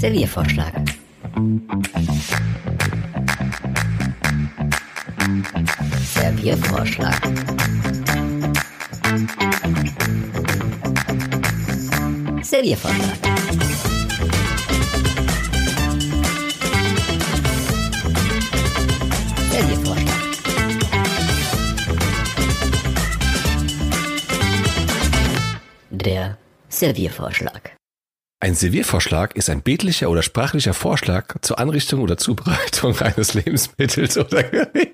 Serviervorschlag. Serviervorschlag. Serviervorschlag. Serviervorschlag. Der Serviervorschlag. Ein Serviervorschlag ist ein bildlicher oder sprachlicher Vorschlag zur Anrichtung oder Zubereitung eines Lebensmittels oder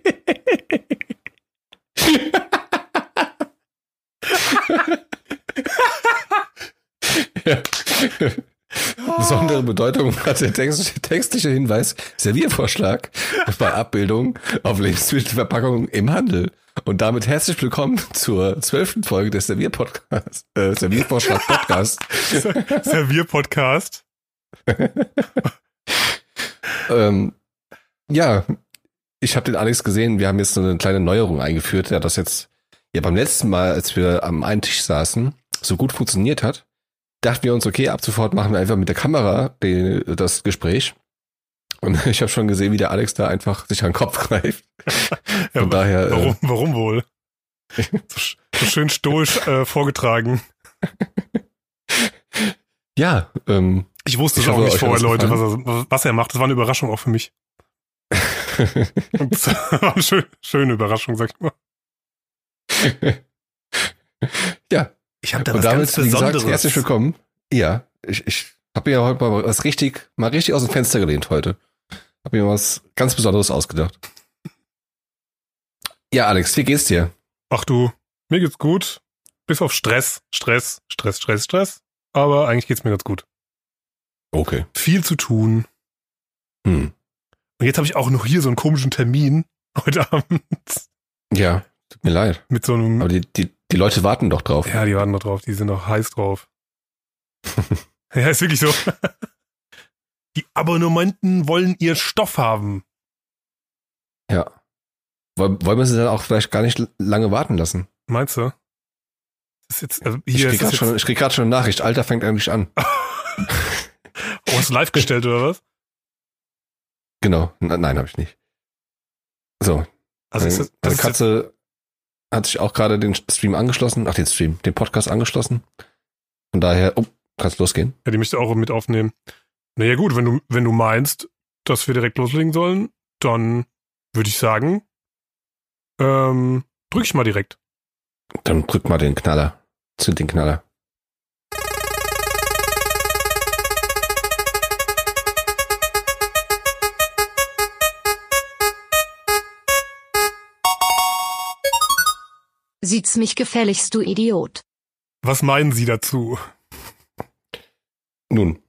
ja. Besondere Bedeutung hat der textliche Hinweis Serviervorschlag bei Abbildung auf Lebensmittelverpackungen im Handel. Und damit herzlich willkommen zur 12. Folge des Serviervorschlag-Podcast. Servierpodcast. Ja, ich habe den Alex gesehen. Wir haben jetzt so eine kleine Neuerung eingeführt, der das jetzt beim letzten Mal, als wir am einen Tisch saßen, so gut funktioniert hat. Dachten wir uns, okay, ab sofort machen wir einfach mit der Kamera das Gespräch. Und ich habe schon gesehen, wie der Alex da einfach sich an den Kopf greift. Ja, von daher. Warum wohl? So schön stoisch vorgetragen. Ja. Ich wusste es auch nicht vorher, Leute, was er macht. Das war eine Überraschung auch für mich. Das war eine schöne Überraschung, sag ich mal. Ja. Ich habe da und was damit, ganz Besonderes. Wie gesagt, herzlich willkommen. Ja, ich habe mir heute mal was richtig aus dem Fenster gelehnt heute. Habe mir was ganz Besonderes ausgedacht. Ja, Alex, wie geht's dir? Ach du, mir geht's gut. Bis auf Stress. Aber eigentlich geht's mir ganz gut. Okay. Viel zu tun. Und jetzt habe ich auch noch hier so einen komischen Termin heute Abend. Ja, tut mir leid. Mit so einem. Aber die Leute warten doch drauf. Ja, die warten doch drauf. Die sind noch heiß drauf. Ja, ist wirklich so. Die Abonnementen wollen ihr Stoff haben. Ja. Wollen wir sie dann auch vielleicht gar nicht lange warten lassen? Meinst du? Das ist jetzt, also hier ich krieg gerade schon eine Nachricht. Alter fängt eigentlich an. Oh, hast du live gestellt oder was? Genau. Nein, habe ich nicht. So. Also meine Katze hat sich auch gerade den Stream angeschlossen. Ach, den Podcast angeschlossen. Von daher, kannst losgehen. Ja, die möchte auch mit aufnehmen. Naja gut, wenn du meinst, dass wir direkt loslegen sollen, dann würde ich sagen, drück ich mal direkt. Dann drück mal den Knaller. Zünd den Knaller. Sieht's mich gefälligst, du Idiot. Was meinen Sie dazu? Nun,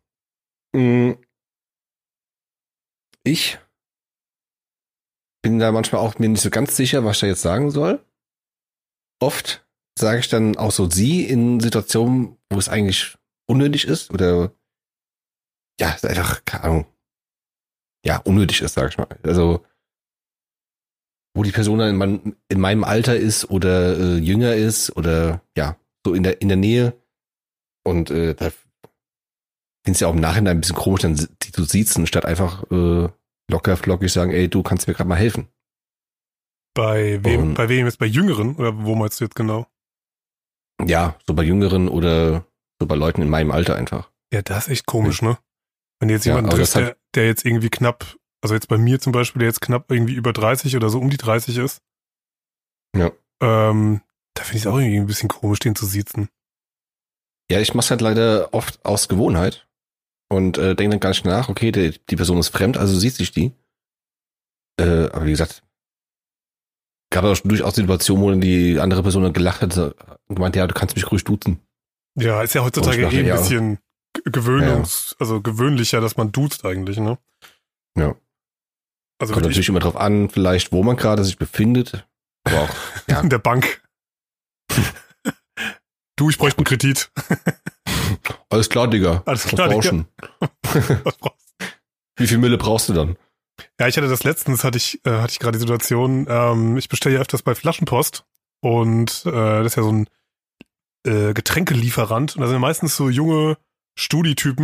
ich bin da manchmal auch mir nicht so ganz sicher, was ich da jetzt sagen soll. Oft sage ich dann auch so sie in Situationen, wo es eigentlich unnötig ist oder ja, ist einfach, keine Ahnung, ja, unnötig ist, sag ich mal. Also, wo die Person dann in meinem Alter ist oder jünger ist oder ja, so in der Nähe und da finde es ja auch im Nachhinein ein bisschen komisch, dann die zu siezen, statt einfach locker flockig sagen, ey, du kannst mir gerade mal helfen. Bei wem? Bei wem jetzt? Bei Jüngeren? Oder wo meinst du jetzt genau? Ja, so bei Jüngeren oder so bei Leuten in meinem Alter einfach. Ja, das ist echt komisch, ne? Wenn du jetzt jemanden triffst, der jetzt irgendwie knapp, also jetzt bei mir zum Beispiel, der jetzt knapp irgendwie über 30 oder so um die 30 ist. Ja. Da finde ich es auch irgendwie ein bisschen komisch, den zu siezen. Ja, ich mach's halt leider oft aus Gewohnheit und denke dann gar nicht nach, okay, die Person ist fremd, also sieht sich die. Aber wie gesagt, gab auch durchaus Situationen, wo die andere Person dann gelacht hat und gemeint, ja, du kannst mich ruhig duzen. Ja, ist ja heutzutage ein bisschen also gewöhnlicher, dass man duzt eigentlich, ne? Ja. Also kommt natürlich immer drauf an, vielleicht, wo man gerade sich befindet. Aber auch, ja. In der Bank. Du, ich bräuchte einen Kredit. Alles klar, Digga. Alles klar, Digga. Was brauchst du? Wie viel Mille brauchst du dann? Ja, ich hatte das letztens, hatte ich gerade die Situation, ich bestelle ja öfters bei Flaschenpost und das ist ja so ein Getränkelieferant und da sind ja meistens so junge Studi-Typen,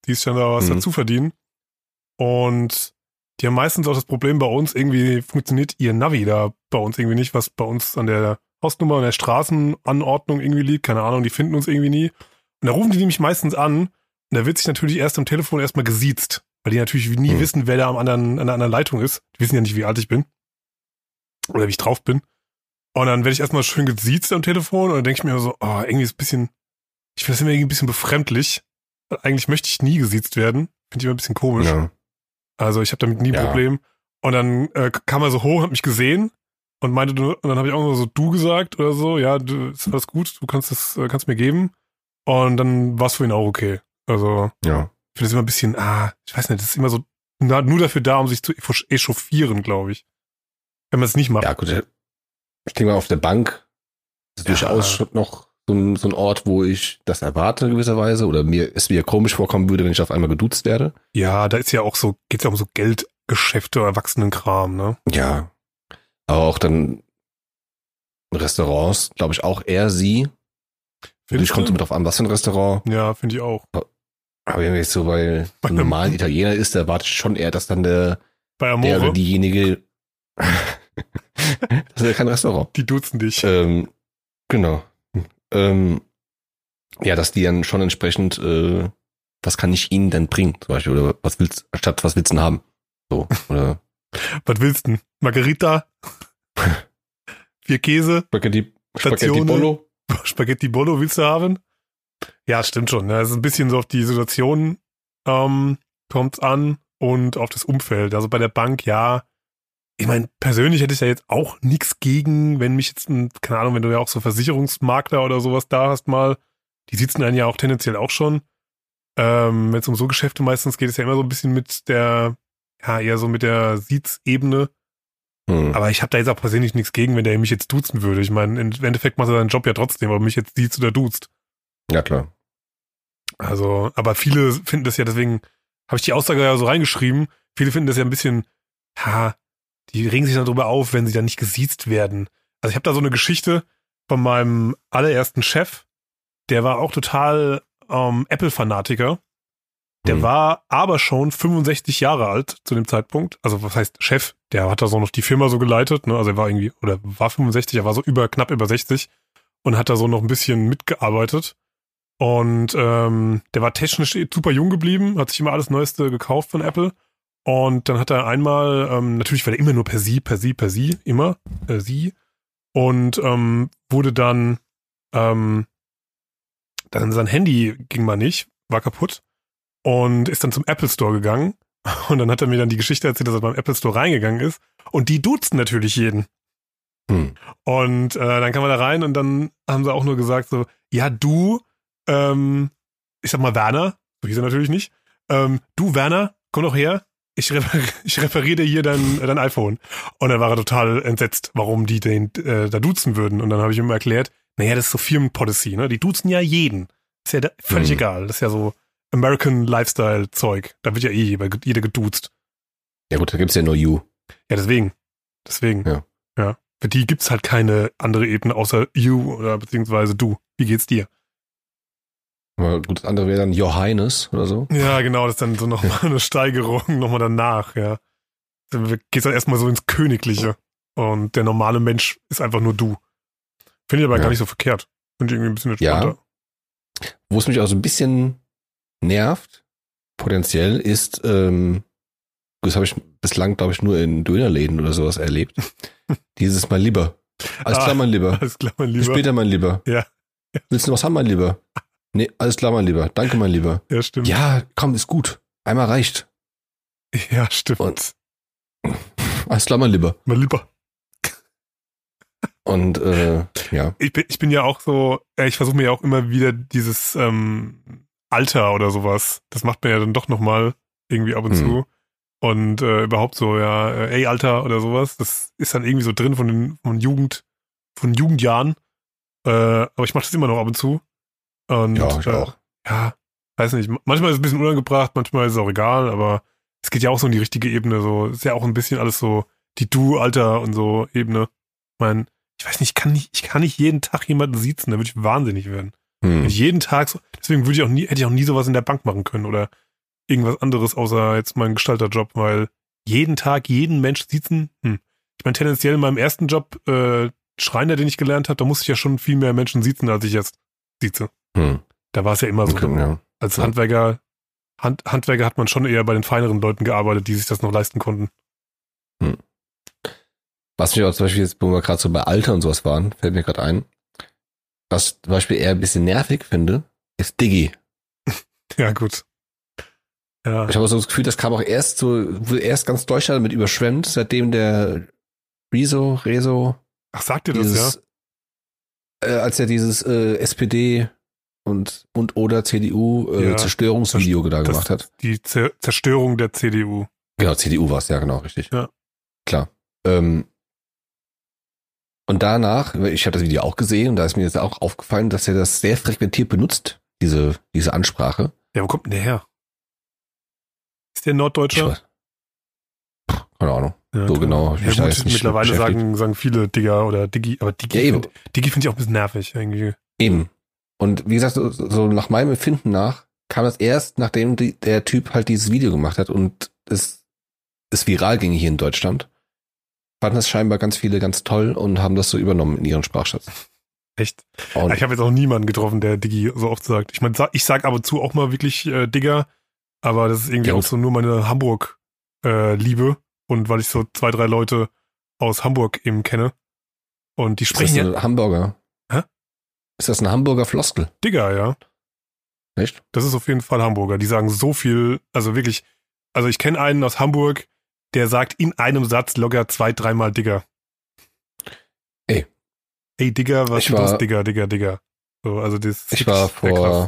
die sich dann da was dazu verdienen. Und die haben meistens auch das Problem bei uns, irgendwie funktioniert ihr Navi da bei uns irgendwie nicht, was bei uns an der Hausnummer und der Straßenanordnung irgendwie liegt. Keine Ahnung, die finden uns irgendwie nie. Und da rufen die nämlich meistens an und da wird sich natürlich erst am Telefon erstmal gesiezt, weil die natürlich nie wissen, wer da an der anderen Leitung ist. Die wissen ja nicht, wie alt ich bin oder wie ich drauf bin. Und dann werde ich erstmal schön gesiezt am Telefon und dann denke ich mir so, irgendwie ist ein bisschen, ich finde das immer irgendwie ein bisschen befremdlich. Weil eigentlich möchte ich nie gesiezt werden. Finde ich immer ein bisschen komisch. Ja. Also ich habe damit nie ein Problem. Und dann kam er so hoch, hat mich gesehen und meinte, und dann habe ich auch nur so du gesagt oder so, ja, ist alles gut, du kannst mir geben. Und dann war es für ihn auch okay. Also ich finde das immer ein bisschen, ich weiß nicht, das ist immer so nur dafür da, um sich zu echauffieren, glaube ich. Wenn man es nicht macht. Ja, gut, ich denke mal, auf der Bank ist durchaus noch so ein Ort, wo ich das erwarte gewisserweise oder es mir komisch vorkommen würde, wenn ich auf einmal geduzt werde. Ja, da ist ja auch so, geht's ja um so Geldgeschäfte, Erwachsenenkram, ne? Ja. Aber auch dann Restaurants, glaube ich, auch eher sie. Natürlich kommt es mit drauf an, was für ein Restaurant. Ja, finde ich auch. Aber wenn man jetzt so bei einem normalen Italiener ist, da erwarte ich schon eher, dass dann der oder diejenige das ist ja kein Restaurant. Die duzen dich. Genau. Dass die dann schon entsprechend, was kann ich ihnen denn bringen, zum Beispiel, oder was willst du denn haben? So, oder. Was willst du denn? Margarita? 4 Käse? Spaghetti Bollo? Spaghetti Bollo willst du haben? Ja, stimmt schon. Es ist ein bisschen so auf die Situation kommt's an und auf das Umfeld. Also bei der Bank, ja. Ich meine, persönlich hätte ich ja jetzt auch nichts gegen, wenn mich jetzt, keine Ahnung, wenn du ja auch so Versicherungsmakler oder sowas da hast mal, die sitzen einen ja auch tendenziell auch schon. Wenn es um so Geschäfte meistens geht, es ja immer so ein bisschen mit der, eher so mit der Siezebene. Aber ich habe da jetzt auch persönlich nichts gegen, wenn der mich jetzt duzen würde. Ich meine, im Endeffekt macht er seinen Job ja trotzdem, ob mich jetzt siezt oder duzt. Ja, klar. Also, aber viele finden das ja, deswegen habe ich die Aussage ja so reingeschrieben, viele finden das ja ein bisschen, die regen sich dann drüber auf, wenn sie dann nicht gesiezt werden. Also ich habe da so eine Geschichte von meinem allerersten Chef, der war auch total Apple-Fanatiker. Der war aber schon 65 Jahre alt zu dem Zeitpunkt. Also was heißt Chef? Der hat da so noch die Firma so geleitet, ne? Also er war irgendwie, oder war 65, er war so knapp über 60 und hat da so noch ein bisschen mitgearbeitet. Und der war technisch super jung geblieben, hat sich immer alles Neueste gekauft von Apple. Und dann hat er einmal, natürlich war der immer nur per sie, immer sie. Und wurde dann sein Handy ging mal nicht, war kaputt. Und ist dann zum Apple Store gegangen. Und dann hat er mir dann die Geschichte erzählt, dass er beim Apple Store reingegangen ist. Und die duzen natürlich jeden. Und dann kam er da rein und dann haben sie auch nur gesagt so, ja du, ich sag mal Werner, so hieß er natürlich nicht, du Werner, komm doch her, ich repariere dir hier dein iPhone. Und dann war er total entsetzt, warum die den da duzen würden. Und dann habe ich ihm erklärt, naja, das ist so Firmenpolicy, ne? Die duzen ja jeden. Ist ja völlig egal. Das ist ja so American Lifestyle-Zeug. Da wird ja jeder geduzt. Ja gut, da gibt's ja nur You. Ja, deswegen. Ja. Für die gibt's halt keine andere Ebene außer You oder beziehungsweise du. Wie geht's dir? Aber gut, das andere wäre dann Your Highness oder so. Ja, genau, das ist dann so nochmal eine Steigerung, nochmal danach, ja. Dann geht's dann erstmal so ins Königliche. Und der normale Mensch ist einfach nur du. Finde ich aber gar nicht so verkehrt. Finde ich irgendwie ein bisschen entspannter. Ja. Wo es mich auch so ein bisschen nervt, potenziell, ist, das habe ich bislang, glaube ich, nur in Dönerläden oder sowas erlebt. Dieses Mal lieber. Alles klar, mein Lieber. Alles klar, mein Lieber. Bis später, mein Lieber. Ja. Willst du noch was haben, mein Lieber? Nee, alles klar, mein Lieber. Danke, mein Lieber. Ja, stimmt. Ja, komm, ist gut. Einmal reicht. Ja, stimmt. Und alles klar, mein Lieber. Mein Lieber. Und ja. Ich bin ja auch so, ich versuche mir ja auch immer wieder dieses Alter oder sowas. Das macht man ja dann doch nochmal irgendwie ab und zu. Und überhaupt so, ja, ey, Alter oder sowas. Das ist dann irgendwie so drin von Jugendjahren. Aber ich mache das immer noch ab und zu. Und, ja, ich auch. Ja, weiß nicht. Manchmal ist es ein bisschen unangebracht, manchmal ist es auch egal, aber es geht ja auch so in die richtige Ebene. So, ist ja auch ein bisschen alles so die Du, Alter und so Ebene. Ich meine, ich weiß nicht, ich kann nicht jeden Tag jemanden siezen, da würde ich wahnsinnig werden. Wenn ich jeden Tag so, deswegen hätte ich auch nie sowas in der Bank machen können oder irgendwas anderes außer jetzt meinen Gestalterjob, weil jeden Tag jeden Mensch siezen. Ich meine, tendenziell in meinem ersten Job, Schreiner, den ich gelernt habe, da musste ich ja schon viel mehr Menschen siezen, als ich jetzt sieze. Da war es ja immer so. Okay, ja. Als Handwerker hat man schon eher bei den feineren Leuten gearbeitet, die sich das noch leisten konnten. Was mich auch zum Beispiel jetzt, wo wir gerade so bei Alter und sowas waren, fällt mir gerade ein, was zum Beispiel eher ein bisschen nervig finde, ist Diggi. Ja, gut. Ja. Ich habe so das Gefühl, das kam auch wurde erst ganz Deutschland damit überschwemmt, seitdem der Rezo, Ach, sagt ihr das, ja? Als er dieses SPD und oder CDU Zerstörungsvideo da gemacht hat. Die Zerstörung der CDU. Genau, CDU war es, ja genau, richtig. Ja. Klar. Und danach, ich habe das Video auch gesehen und da ist mir jetzt auch aufgefallen, dass er das sehr frequentiert benutzt, diese Ansprache. Ja, wo kommt denn der her? Ist der Norddeutscher? Keine Ahnung. Ja, so genau. Ja, gut, mittlerweile sagen viele Digger oder Diggi, aber Diggi finde ich auch ein bisschen nervig irgendwie. Eben. Und wie gesagt, so nach meinem Empfinden nach kam das erst, nachdem der Typ halt dieses Video gemacht hat und es viral ging hier in Deutschland. Fanden das scheinbar ganz viele ganz toll und haben das so übernommen in ihren Sprachschatz. Echt? Ich habe jetzt auch niemanden getroffen, der Diggi so oft sagt. Ich meine, ich sag ab und zu auch mal wirklich Digger, aber das ist irgendwie auch so nur meine Hamburg-Liebe und weil ich so 2, 3 Leute aus Hamburg eben kenne und die sprechen ja... Ist das ein Hamburger? Hä? Ist das ein Hamburger Floskel? Digger, ja. Echt? Das ist auf jeden Fall Hamburger. Die sagen so viel, also wirklich, also ich kenne einen aus Hamburg, der sagt in einem Satz locker 2, 3 Mal Digger. Ey, Digger, was ist los? Digger. So, also das ich war vor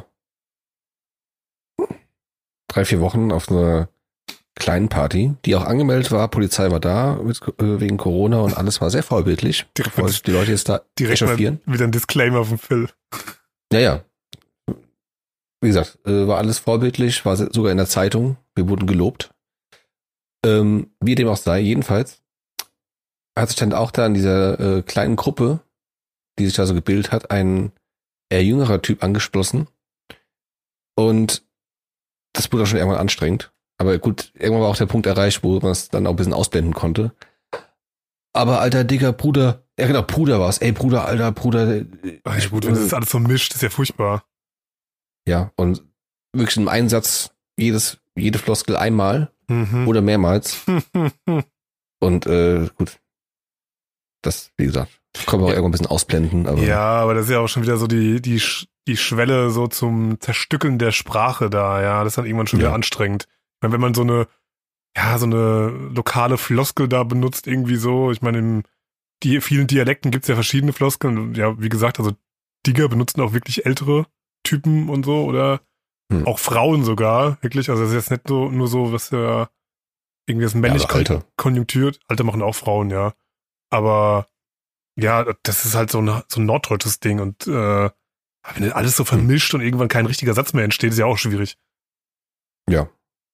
3, 4 Wochen auf einer kleinen Party, die auch angemeldet war. Polizei war da wegen Corona und alles war sehr vorbildlich. Bevor die Leute jetzt da echauffieren. Wieder ein Disclaimer vom Phil. Ja. Wie gesagt, war alles vorbildlich, war sogar in der Zeitung. Wir wurden gelobt. Wie dem auch sei, jedenfalls hat sich dann auch da in dieser kleinen Gruppe, die sich da so gebildet hat, ein eher jüngerer Typ angeschlossen. Und das wurde auch schon irgendwann anstrengend. Aber gut, irgendwann war auch der Punkt erreicht, wo man es dann auch ein bisschen ausblenden konnte. Aber alter, dicker Bruder, ja genau, Bruder war es. Ey, Bruder, alter, Bruder. Ja, gut, wenn das alles so mischt, ist ja furchtbar. Ja, und wirklich im Einsatz jede Floskel einmal oder mehrmals. Und gut, das, wie gesagt, kann man auch irgendwann ein bisschen ausblenden. Aber ja, aber das ist ja auch schon wieder so die Schwelle so zum Zerstückeln der Sprache da, ja, das ist dann irgendwann schon wieder anstrengend. Ich meine, wenn man so eine lokale Floskel da benutzt, irgendwie so, ich meine, in vielen Dialekten gibt's ja verschiedene Floskeln. Und ja, wie gesagt, also Digger benutzen auch wirklich ältere Typen und so oder auch Frauen sogar, wirklich. Also das ist jetzt nicht so, nur so, was ja irgendwie das männlich konjunktiert. Alter machen auch Frauen, ja. Aber ja, das ist halt so ein norddeutsches Ding und wenn das alles so vermischt und irgendwann kein richtiger Satz mehr entsteht, ist ja auch schwierig. Ja.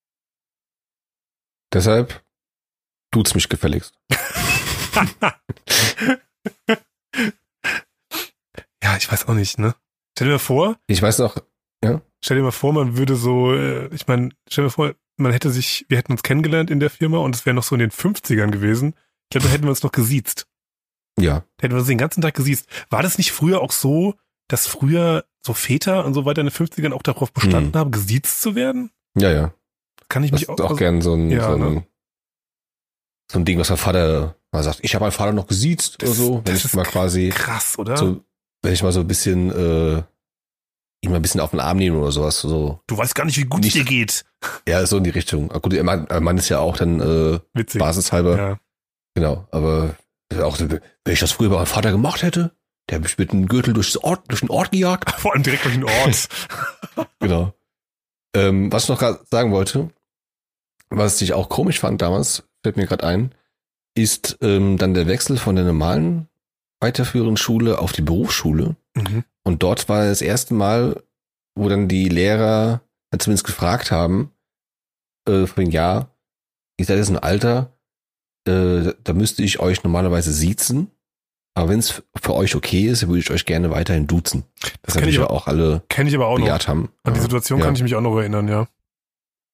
Deshalb tut's mich gefälligst. Ja, ich weiß auch nicht, ne? Stell dir mal vor. Ich weiß noch, ja. Stell dir mal vor, man würde so, ich meine, stell dir mal vor, wir hätten uns kennengelernt in der Firma und es wäre noch so in den 50ern gewesen. Ich glaube, da hätten wir uns noch gesiezt. Ja. Da hätten wir uns den ganzen Tag gesiezt. War das nicht früher auch so, dass früher so Väter und so weiter in den 50ern auch darauf bestanden haben, gesiezt zu werden? Ja. Kann ich mich auch gern so ein Ding, was mein Vater mal sagt. Ich habe meinen Vater noch gesiezt oder so. Wenn ich mal quasi krass, oder? So, wenn ich mal so ein bisschen ihn mal ein bisschen auf den Arm nehme oder sowas. So. Du weißt gar nicht, wie gut es dir geht. Ja, so in die Richtung. Gut, er Mann ist ja auch dann witzig. Basishalber. Ja. Genau, aber auch, wenn ich das früher bei meinem Vater gemacht hätte, der hätte mich mit einem Gürtel durch den Ort gejagt. Vor allem direkt durch den Ort. Genau. Was ich noch gerade sagen wollte, was ich auch komisch fand damals, fällt mir gerade ein, ist dann der Wechsel von der normalen weiterführenden Schule auf die Berufsschule. Und dort war das erste Mal, wo dann die Lehrer zumindest gefragt haben, von ja, ihr seid jetzt ein Alter, da müsste ich euch normalerweise siezen, aber wenn es für euch okay ist, würde ich euch gerne weiterhin duzen. Das natürlich auch alle kenn ich aber auch bejaht noch. Haben. An die Situation kann ich mich auch noch erinnern, ja.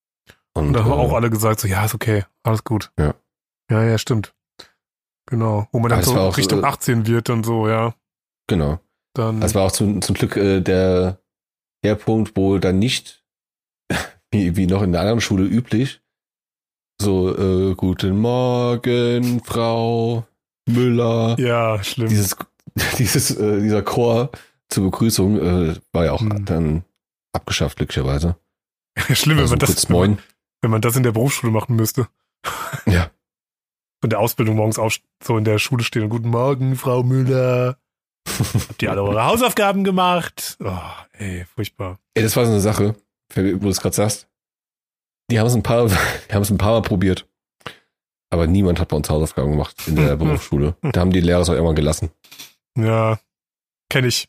Und da haben auch alle gesagt, so, ja, ist okay, alles gut. Ja. Ja, stimmt. Genau. Wo man dann so auch, Richtung 18 wird und so, ja. Genau. Dann. Das war auch zum Glück der Punkt, wo dann nicht, wie noch in der anderen Schule üblich, so, guten Morgen, Frau Müller. Ja, schlimm. Dieser Chor zur Begrüßung war ja auch dann abgeschafft, glücklicherweise. Schlimm, also wenn man das in der Berufsschule machen müsste. Ja. Und der Ausbildung morgens auch so in der Schule stehen und guten Morgen, Frau Müller. Habt ihr alle eure Hausaufgaben gemacht? Oh, ey, furchtbar. Ey, das war so eine Sache, wo du es gerade sagst. Die haben es ein paar Mal probiert. Aber niemand hat bei uns Hausaufgaben gemacht in der Berufsschule. Da haben die Lehrer es auch immer gelassen. Ja, kenne ich.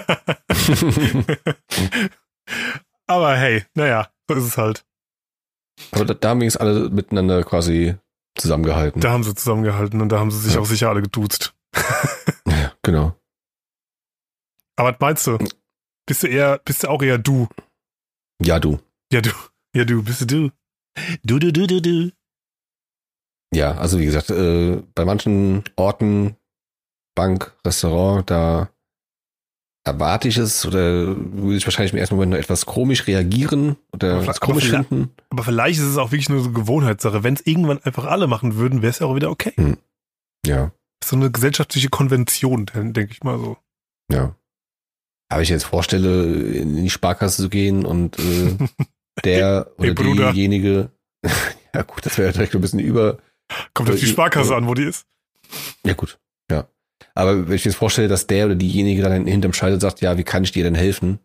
Aber hey, naja, so ist es halt. Aber da haben wir es alle miteinander quasi zusammengehalten. Da haben sie zusammengehalten und da haben sie sich auch sicher alle geduzt. Ja, genau. Aber was meinst du? Bist du auch eher du? Ja, du. Ja, du, bist du. Du. Ja, also wie gesagt, bei manchen Orten, Bank, Restaurant, da erwarte ich es oder würde ich wahrscheinlich im ersten Moment noch etwas komisch reagieren oder etwas komisch finden. Aber vielleicht ist es auch wirklich nur so eine Gewohnheitssache. Wenn es irgendwann einfach alle machen würden, wäre es ja auch wieder okay. Ja. Das ist so eine gesellschaftliche Konvention, denke ich mal so. Ja. Aber ich jetzt vorstelle, in die Sparkasse zu gehen und der oder diejenige, ja gut, das wäre ja direkt ein bisschen über. Kommt auf die Sparkasse an, wo die ist. Ja gut, ja. Aber wenn ich mir jetzt vorstelle, dass der oder diejenige dann hinterm Schalter sagt, ja, wie kann ich dir denn helfen?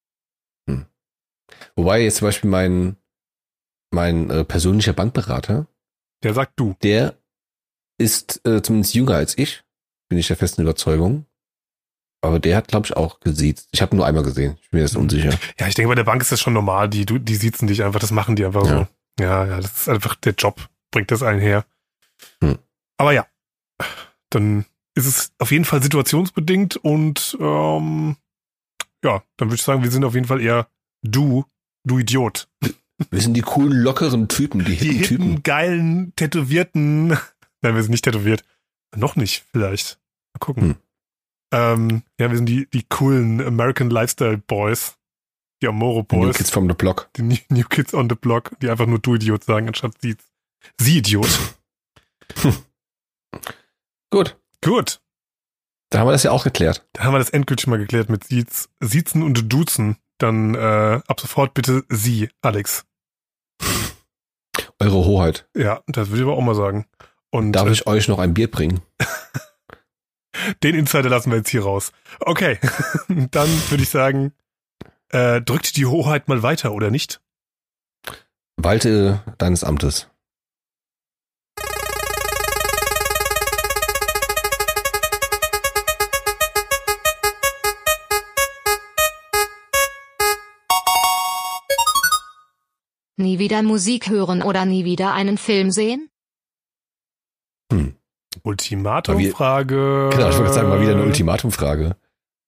Wobei jetzt zum Beispiel mein persönlicher Bankberater, der sagt du. Der ist zumindest jünger als ich, bin ich der festen Überzeugung. Aber der hat, glaube ich, auch gesiezt. Ich habe ihn nur einmal gesehen. Ich bin mir jetzt unsicher. Ja, ich denke, bei der Bank ist das schon normal. Die siezen dich einfach, das machen die einfach so. Ja, das ist einfach der Job, bringt das einen her. Aber ja, dann ist es auf jeden Fall situationsbedingt und ja, dann würde ich sagen, wir sind auf jeden Fall eher du Idiot. Wir sind die coolen, lockeren Typen, die hippen, geilen, tätowierten. Nein, wir sind nicht tätowiert. Noch nicht, vielleicht. Mal gucken. Ja, wir sind die coolen American Lifestyle Boys. Die Amore Boys. New Kids from the Block. Die New Kids on the Block, die einfach nur du Idiot sagen, anstatt sie Idiot. Gut. Da haben wir das ja auch geklärt. Da haben wir das endgültig mal geklärt mit Siezen und Duzen. Dann ab sofort bitte Sie, Alex. Eure Hoheit. Ja, das würde ich aber auch mal sagen. Und darf ich euch noch ein Bier bringen? Den Insider lassen wir jetzt hier raus. Okay, dann würde ich sagen, drückt die Hoheit mal weiter, oder nicht? Walte deines Amtes. Nie wieder Musik hören oder nie wieder einen Film sehen? Ultimatumfrage. Genau, ich wollte sagen, mal wieder eine Ultimatumfrage.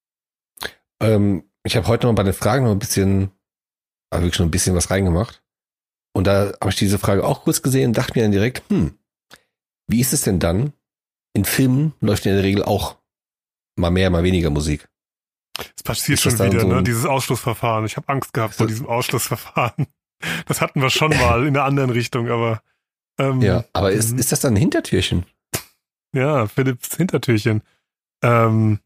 Ich habe heute noch bei den Fragen noch ein bisschen, also wirklich schon ein bisschen was reingemacht. Und da habe ich diese Frage auch kurz gesehen und dachte mir dann direkt, wie ist es denn dann? In Filmen läuft in der Regel auch mal mehr, mal weniger Musik. Es passiert schon wieder, so dieses Ausschlussverfahren. Ich habe Angst gehabt vor diesem Ausschlussverfahren. Das hatten wir schon mal in einer anderen Richtung, aber ja, aber ist das dann ein Hintertürchen? Ja, Philipps Hintertürchen. Aber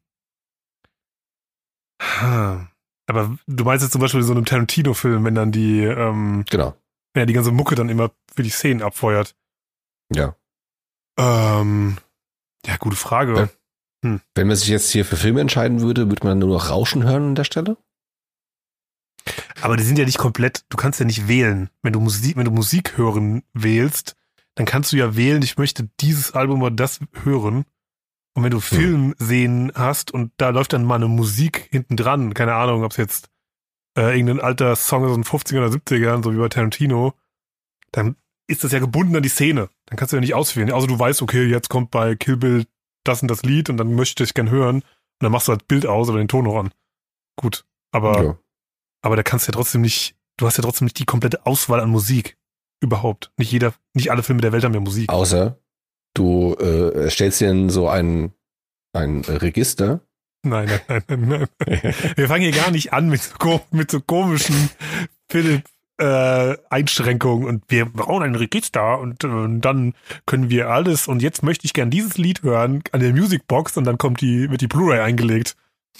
du meinst jetzt zum Beispiel in so einem Tarantino-Film, wenn dann die genau. Ja, die ganze Mucke dann immer für die Szenen abfeuert. Ja. Ja, gute Frage. Wenn man sich jetzt hier für Filme entscheiden würde, würde man nur noch Rauschen hören an der Stelle? Aber die sind ja nicht komplett, du kannst ja nicht wählen. Wenn du Musik hören wählst, dann kannst du ja wählen, ich möchte dieses Album oder das hören. Und wenn du Film sehen hast und da läuft dann mal eine Musik hinten dran, keine Ahnung, ob es jetzt irgendein alter Song aus den 50er oder 70ern, so wie bei Tarantino, dann ist das ja gebunden an die Szene. Dann kannst du ja nicht auswählen. Also du weißt, okay, jetzt kommt bei Kill Bill das und das Lied und dann möchte ich gern hören. Und dann machst du halt Bild aus oder den Ton noch an. Gut, aber da kannst du ja trotzdem nicht, du hast ja trotzdem nicht die komplette Auswahl an Musik. Überhaupt. Nicht alle Filme der Welt haben ja Musik. Außer du stellst dir in so ein Register. Nein. Wir fangen hier gar nicht an mit so komischen Philipp-Einschränkungen und wir brauchen ein Register und dann können wir alles und jetzt möchte ich gern dieses Lied hören an der Musicbox und dann wird die Blu-ray eingelegt.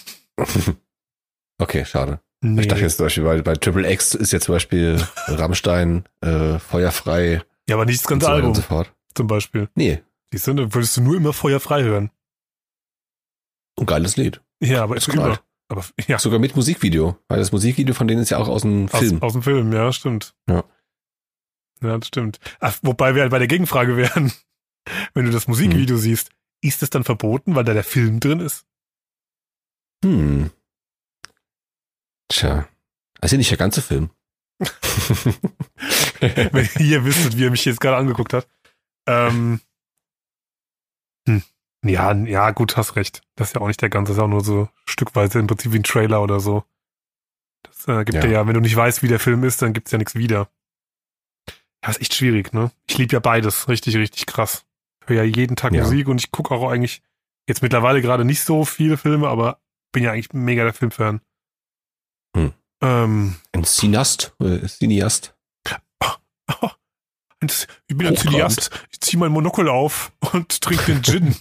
Okay, schade. Nee. Ich dachte jetzt zum Beispiel, bei Triple X ist jetzt zum Beispiel Rammstein, Feuerfrei. Ja, aber nicht das ganze und so weiter Album und so fort. zum Beispiel. Nee, Siehst du, dann würdest du nur immer Feuerfrei hören. ein geiles Lied. Ja, aber Ist ist knallt. immer. Aber ja, Sogar mit Musikvideo. Weil das Musikvideo von denen ist ja auch aus dem Film. aus dem Film, ja, stimmt. Ja. Ja, das stimmt. Ach, wobei wir halt bei der Gegenfrage wären, wenn du das Musikvideo siehst, ist es dann verboten, weil da der Film drin ist? Tja. Also nicht der ganze Film. Wenn ihr wüsstet, wie er mich jetzt gerade angeguckt hat. Ja, gut, hast recht. Das ist ja auch nicht der ganze, das ist auch nur so stückweise im Prinzip wie ein Trailer oder so. Das gibt ja, wenn du nicht weißt, wie der Film ist, dann gibt's ja nichts wieder. Ja, ist echt schwierig, ne? Ich liebe ja beides. Richtig, richtig krass. Ich höre ja jeden Tag Musik und ich gucke auch eigentlich jetzt mittlerweile gerade nicht so viele Filme, aber bin ja eigentlich mega der Filmfan. Ein Cineast. Ich bin ein Cineast. Ich ziehe mein Monokel auf und trinke den Gin.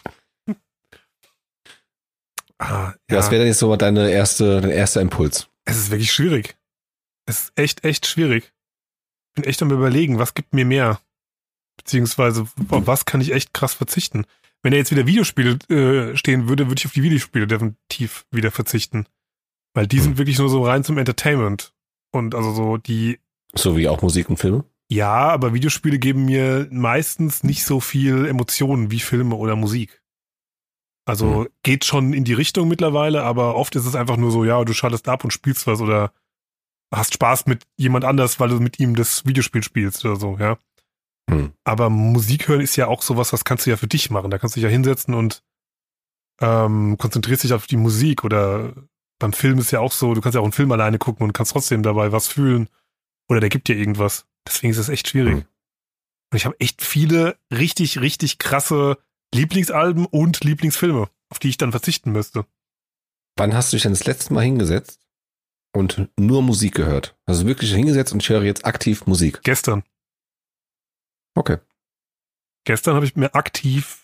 Ja. Das wäre dann jetzt so mal dein erster Impuls. Es ist wirklich schwierig. Es ist echt, echt schwierig. Ich bin echt am Überlegen, was gibt mir mehr? Beziehungsweise, auf was kann ich echt krass verzichten? Wenn da jetzt wieder Videospiele stehen würde ich auf die Videospiele definitiv wieder verzichten. Weil die sind wirklich nur so rein zum Entertainment. Und also so die... So wie auch Musik und Filme? Ja, aber Videospiele geben mir meistens nicht so viel Emotionen wie Filme oder Musik. Also geht schon in die Richtung mittlerweile, aber oft ist es einfach nur so, ja, du schaltest ab und spielst was oder hast Spaß mit jemand anders, weil du mit ihm das Videospiel spielst oder so, ja. Aber Musik hören ist ja auch sowas, was kannst du ja für dich machen. Da kannst du dich ja hinsetzen und konzentrierst dich auf die Musik oder beim Film ist ja auch so, du kannst ja auch einen Film alleine gucken und kannst trotzdem dabei was fühlen oder der gibt dir irgendwas. Deswegen ist es echt schwierig. Und ich habe echt viele richtig, richtig krasse Lieblingsalben und Lieblingsfilme, auf die ich dann verzichten müsste. Wann hast du dich denn das letzte Mal hingesetzt und nur Musik gehört? Also wirklich hingesetzt und ich höre jetzt aktiv Musik. Gestern. Okay. Gestern habe ich mir aktiv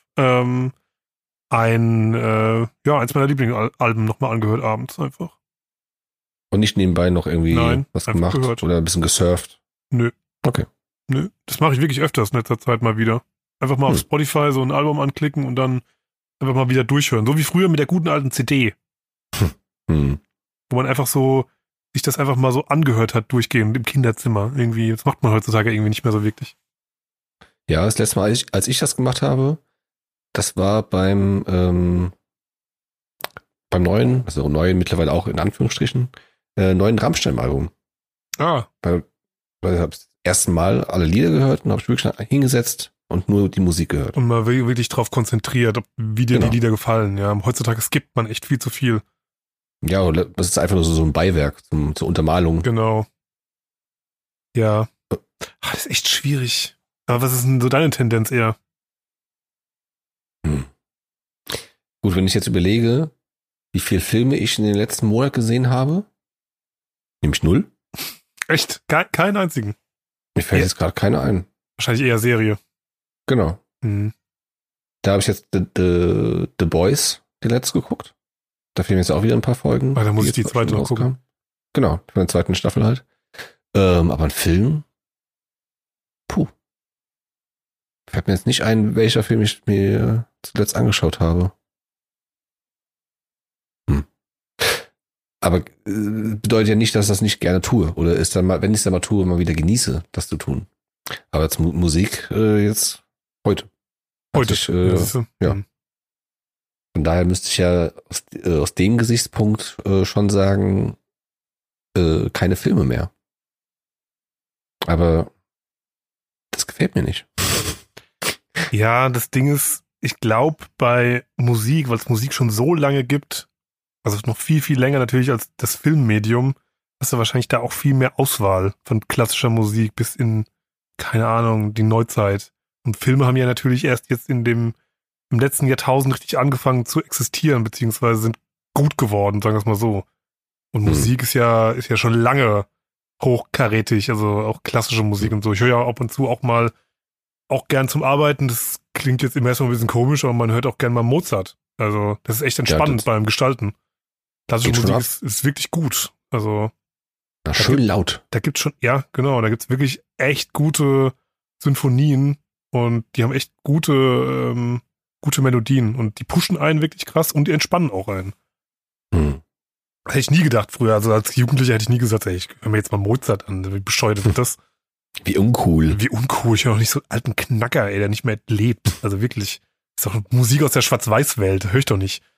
eins meiner Lieblingsalben nochmal angehört abends einfach. Und nicht nebenbei noch irgendwie was gemacht gehört. oder ein bisschen gesurft? Nö. Okay. Nö, das mache ich wirklich öfters in letzter Zeit mal wieder. Einfach mal auf Spotify so ein Album anklicken und dann einfach mal wieder durchhören. So wie früher mit der guten alten CD. Wo man einfach so sich das einfach mal so angehört hat, durchgehend im Kinderzimmer. Irgendwie, das macht man heutzutage irgendwie nicht mehr so wirklich. Ja, das letzte Mal, als ich das gemacht habe, das war beim neuen, also neuen mittlerweile auch in Anführungsstrichen, neuen Rammstein-Album. Weil ich habe das erste Mal alle Lieder gehört und habe ich wirklich hingesetzt und nur die Musik gehört. Und mal wirklich drauf konzentriert, wie dir die Lieder gefallen. Ja, heutzutage skippt man echt viel zu viel. Ja, das ist einfach nur so ein Beiwerk zur Untermalung. Genau. Ja. Das ist echt schwierig. Aber was ist denn so deine Tendenz eher? Gut, wenn ich jetzt überlege, wie viele Filme ich in den letzten Monat gesehen habe, nämlich 0. Echt? Keinen einzigen? Mir fällt jetzt gerade keiner ein. Wahrscheinlich eher Serie. Genau. Da habe ich jetzt The Boys die letzte geguckt. Da fehlen jetzt auch wieder ein paar Folgen. Da muss ich die zweite noch gucken. Genau, von der zweiten Staffel halt. Aber ein Film? Fällt mir jetzt nicht ein, welcher Film ich mir zuletzt angeschaut habe. Aber bedeutet ja nicht, dass ich das nicht gerne tue. Oder ist dann mal, wenn ich es dann mal tue, mal wieder genieße, das zu tun. Aber jetzt Musik jetzt heute. Heute. Ja. Von daher müsste ich ja aus dem Gesichtspunkt schon sagen, keine Filme mehr. Aber das gefällt mir nicht. Ja, das Ding ist, ich glaube bei Musik, weil es Musik schon so lange gibt, also noch viel, viel länger natürlich als das Filmmedium, hast du wahrscheinlich da auch viel mehr Auswahl von klassischer Musik bis in keine Ahnung, die Neuzeit. Und Filme haben ja natürlich erst jetzt im letzten Jahrtausend richtig angefangen zu existieren, beziehungsweise sind gut geworden, sagen wir es mal so. Und Musik ist ja schon lange hochkarätig, also auch klassische Musik und so. Ich höre ja ab und zu auch gern zum Arbeiten. Das klingt jetzt im ersten Mal ein bisschen komisch, aber man hört auch gern mal Mozart. Also das ist echt entspannend beim Gestalten. Klassische Musik ist wirklich gut. Also schön laut. Da gibt's schon, ja, genau, da gibt's wirklich echt gute Sinfonien und die haben echt gute Melodien und die pushen einen wirklich krass und die entspannen auch einen. Hätte ich nie gedacht früher. Also als Jugendlicher hätte ich nie gesagt, ey, ich höre mir jetzt mal Mozart an. Wie bescheuert wird das? Wie uncool. Wie uncool. Ich höre noch nicht so einen alten Knacker, ey, der nicht mehr lebt. Also wirklich. Ist doch Musik aus der Schwarz-Weiß-Welt. Höre ich doch nicht.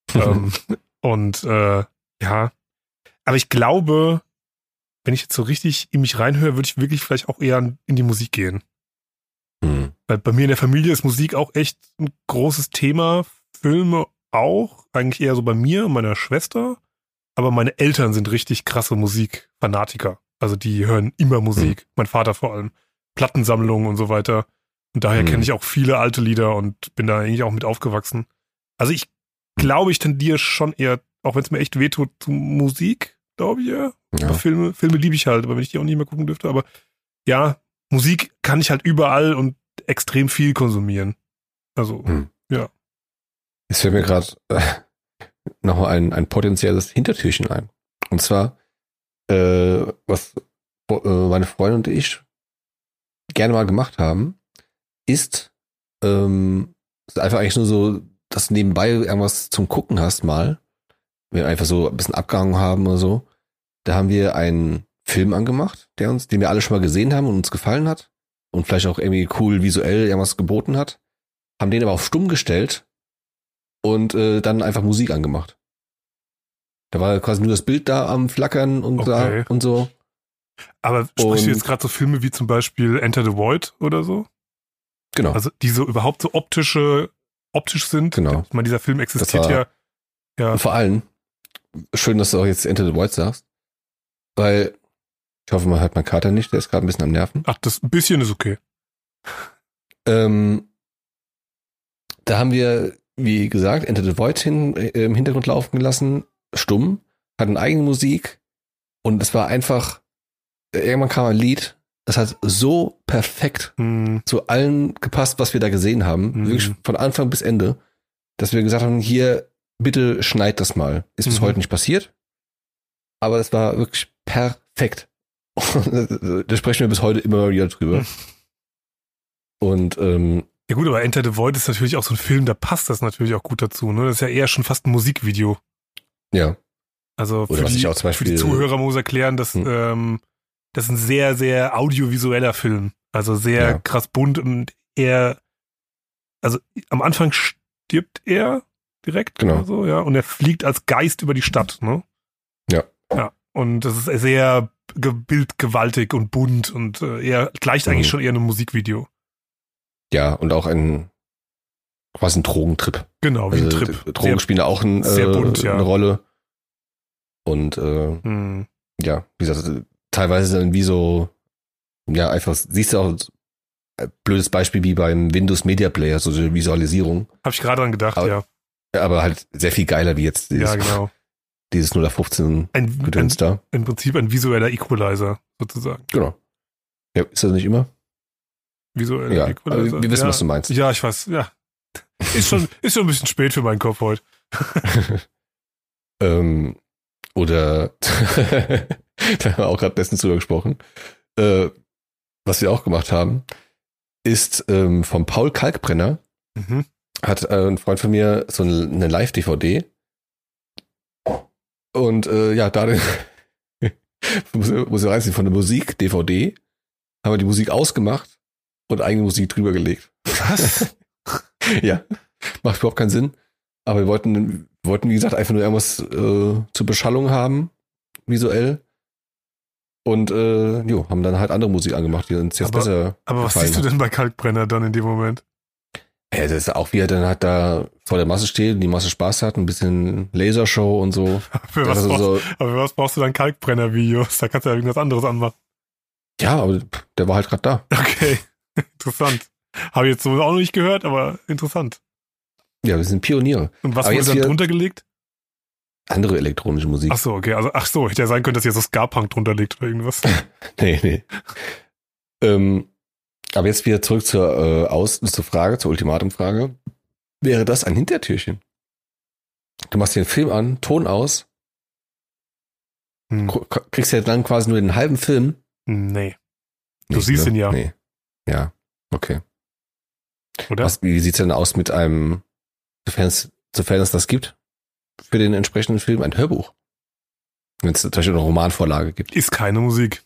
Ja. Aber ich glaube, wenn ich jetzt so richtig in mich reinhöre, würde ich wirklich vielleicht auch eher in die Musik gehen. Weil bei mir in der Familie ist Musik auch echt ein großes Thema. Filme auch. Eigentlich eher so bei mir und meiner Schwester. Aber meine Eltern sind richtig krasse Musikfanatiker. Also die hören immer Musik. Mein Vater vor allem. Plattensammlungen und so weiter. Und daher kenne ich auch viele alte Lieder und bin da eigentlich auch mit aufgewachsen. Also ich glaube, ich tendiere schon eher, auch wenn es mir echt wehtut, zu Musik, glaube ich ja. Aber Filme liebe ich halt, aber wenn ich die auch nicht mehr gucken dürfte. Aber ja, Musik kann ich halt überall und extrem viel konsumieren. Also, ja. Es fällt mir gerade nochmal ein potenzielles Hintertürchen ein. Und zwar, was meine Freundin und ich gerne mal gemacht haben, ist einfach eigentlich nur so, dass du nebenbei irgendwas zum Gucken hast mal. Wir einfach so ein bisschen abgehangen haben oder so. Da haben wir einen Film angemacht, den wir alle schon mal gesehen haben und uns gefallen hat und vielleicht auch irgendwie cool visuell irgendwas geboten hat. Haben den aber auf stumm gestellt und dann einfach Musik angemacht. Da war quasi nur das Bild da am Flackern und da und so. Aber sprichst du jetzt gerade so Filme wie zum Beispiel Enter the Void oder so? Genau. Also die so überhaupt so optisch sind. Genau. Ich meine, dieser Film existiert ja. Und vor allem, schön, dass du auch jetzt Enter the Void sagst, weil ich hoffe, man hört meinen Kater nicht, der ist gerade ein bisschen am Nerven. Ach, das ein bisschen ist okay. Da haben wir, wie gesagt, Enter the Void im Hintergrund laufen gelassen, stumm, hatten eigene Musik und es war einfach, irgendwann kam ein Lied, das hat so perfekt zu allem gepasst, was wir da gesehen haben, wirklich von Anfang bis Ende, dass wir gesagt haben, hier, bitte schneid das mal. Ist bis heute nicht passiert, aber es war wirklich perfekt. Da sprechen wir bis heute immer wieder drüber. Und ja gut, aber Enter the Void ist natürlich auch so ein Film, da passt das natürlich auch gut dazu. Ne? Das ist ja eher schon fast ein Musikvideo. Ja. Also für die Zuhörer muss erklären, dass das ist ein sehr, sehr audiovisueller Film. Also sehr krass bunt und also am Anfang stirbt er direkt. Genau. Oder so, ja. Und er fliegt als Geist über die Stadt, ne? Ja. Ja. Und das ist sehr bildgewaltig und bunt und gleicht eigentlich schon eher einem Musikvideo. Ja, und auch quasi ein Drogentrip. Genau, wie ein Trip. Drogen spielen da auch sehr bunt, eine Rolle. Und ja, wie gesagt, teilweise dann wie so, ja, einfach, siehst du auch, blödes Beispiel wie beim Windows Media Player, so eine Visualisierung. Hab ich gerade dran gedacht, ja. Aber halt sehr viel geiler wie jetzt dieses 0815 Gedöns da. Im Prinzip ein visueller Equalizer, sozusagen. Genau. Ja, ist das nicht immer? Visueller Equalizer. Wir wissen, was du meinst. Ja, ich weiß, ja. Ist schon ein bisschen spät für meinen Kopf heute. Oder da haben wir auch gerade bestens drüber gesprochen. Was wir auch gemacht haben, ist vom Paul Kalkbrenner hat ein Freund von mir so eine Live-DVD und da muss ich reinziehen, von der Musik-DVD haben wir die Musik ausgemacht und eigene Musik drüber gelegt. Was? Ja, macht überhaupt keinen Sinn. Aber wir wollten, wie gesagt, einfach nur irgendwas zur Beschallung haben, visuell. Und haben dann halt andere Musik angemacht, die uns jetzt besser Aber was siehst du denn bei Kalkbrenner dann in dem Moment? Ja, das ist auch, wie er dann halt da vor der Masse steht und die Masse Spaß hat, ein bisschen Lasershow und so. Aber für was brauchst du dann Kalkbrenner-Videos? Da kannst du ja irgendwas anderes anmachen. Ja, aber der war halt gerade da. Okay, interessant. Habe ich jetzt so auch noch nicht gehört, aber interessant. Ja, wir sind Pioniere. Und was Aber wurde jetzt dann wieder drunter gelegt? andere elektronische Musik. Ach so, okay. Also, hätte ja sein können, dass ihr so Ska-Punk drunter legt oder irgendwas. Nee. Aber jetzt wieder zurück zur Ultimatumfrage. Wäre das ein Hintertürchen? Du machst dir einen Film an, Ton aus, kriegst ja dann quasi nur den halben Film. Nee. Du siehst ihn ja. Nee. Ja, okay. Oder? Wie sieht's denn aus mit einem, sofern es das gibt, für den entsprechenden Film ein Hörbuch? Wenn es zum Beispiel eine Romanvorlage gibt. Ist keine Musik.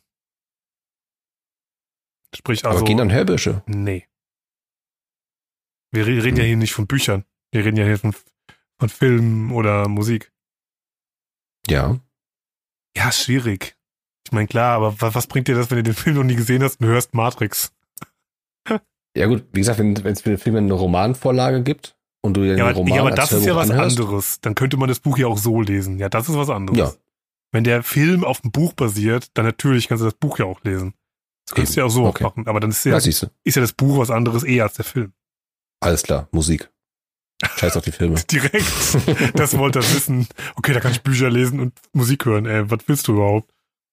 Sprich also. Aber gehen dann Hörbücher? Nee. Wir reden ja hier nicht von Büchern. Wir reden ja hier von Filmen oder Musik. Ja. Ja, schwierig. Ich meine, klar, aber was bringt dir das, wenn du den Film noch nie gesehen hast und hörst Matrix? Ja gut, wie gesagt, wenn es für den Film eine Romanvorlage gibt und du den Roman ja, aber als das ist ja Hörbuch was anhörst, anderes. Dann könnte man das Buch ja auch so lesen. Ja, das ist was anderes. Ja. Wenn der Film auf dem Buch basiert, dann natürlich kannst du das Buch ja auch lesen. Das kannst du ja auch so Okay. machen. Aber dann ist Ja, siehst du. das Buch was anderes eher als der Film. Alles klar, Musik. Scheiß auf die Filme. Direkt. Das wollte er wissen. Okay, da kann ich Bücher lesen und Musik hören. Was willst du überhaupt?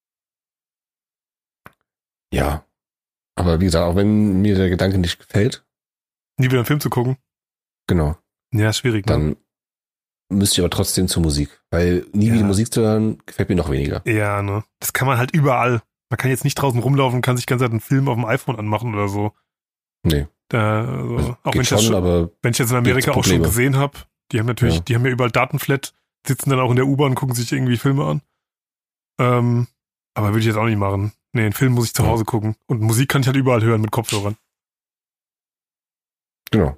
Ja. Aber wie gesagt, auch wenn mir der Gedanke nicht gefällt, Nie wieder einen Film zu gucken? genau, Ja, schwierig. Ne? dann müsste ich aber trotzdem zur Musik. Weil nie wieder Musik zu hören, gefällt mir noch weniger. Ja, ne. Das kann man halt überall. Man kann jetzt nicht draußen rumlaufen und kann sich ganz einen Film auf dem iPhone anmachen oder so. Nee. Also, auch Geht wenn schon, aber wenn ich jetzt in Amerika gibt's auch schon Probleme. gesehen habe, die haben natürlich, Ja. die haben ja überall Datenflat, sitzen dann auch in der U-Bahn und gucken sich irgendwie Filme an. Aber würde ich jetzt auch nicht machen. Nee, einen Film muss ich zu Hause gucken. Und Musik kann ich halt überall hören mit Kopfhörern. genau.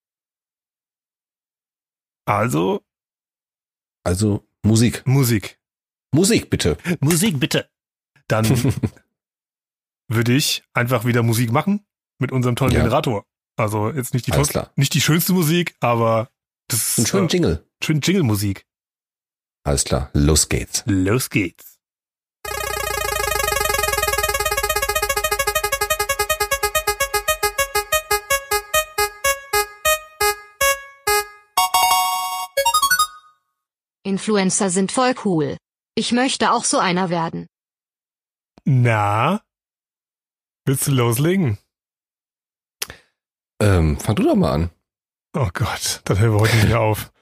Also Musik. Musik. Musik, bitte. Musik bitte. Dann würde ich einfach wieder Musik machen mit unserem tollen Ja. Generator. Also jetzt nicht Alles klar. nicht die schönste Musik, aber das Einen schönen Jingle. schön Jingle-Musik. Alles klar, los geht's. Los geht's. Influencer sind voll cool. Ich möchte auch so einer werden. Na? Willst du loslegen? Fang du doch mal an. Oh Gott, dann hören wir heute nicht mehr auf.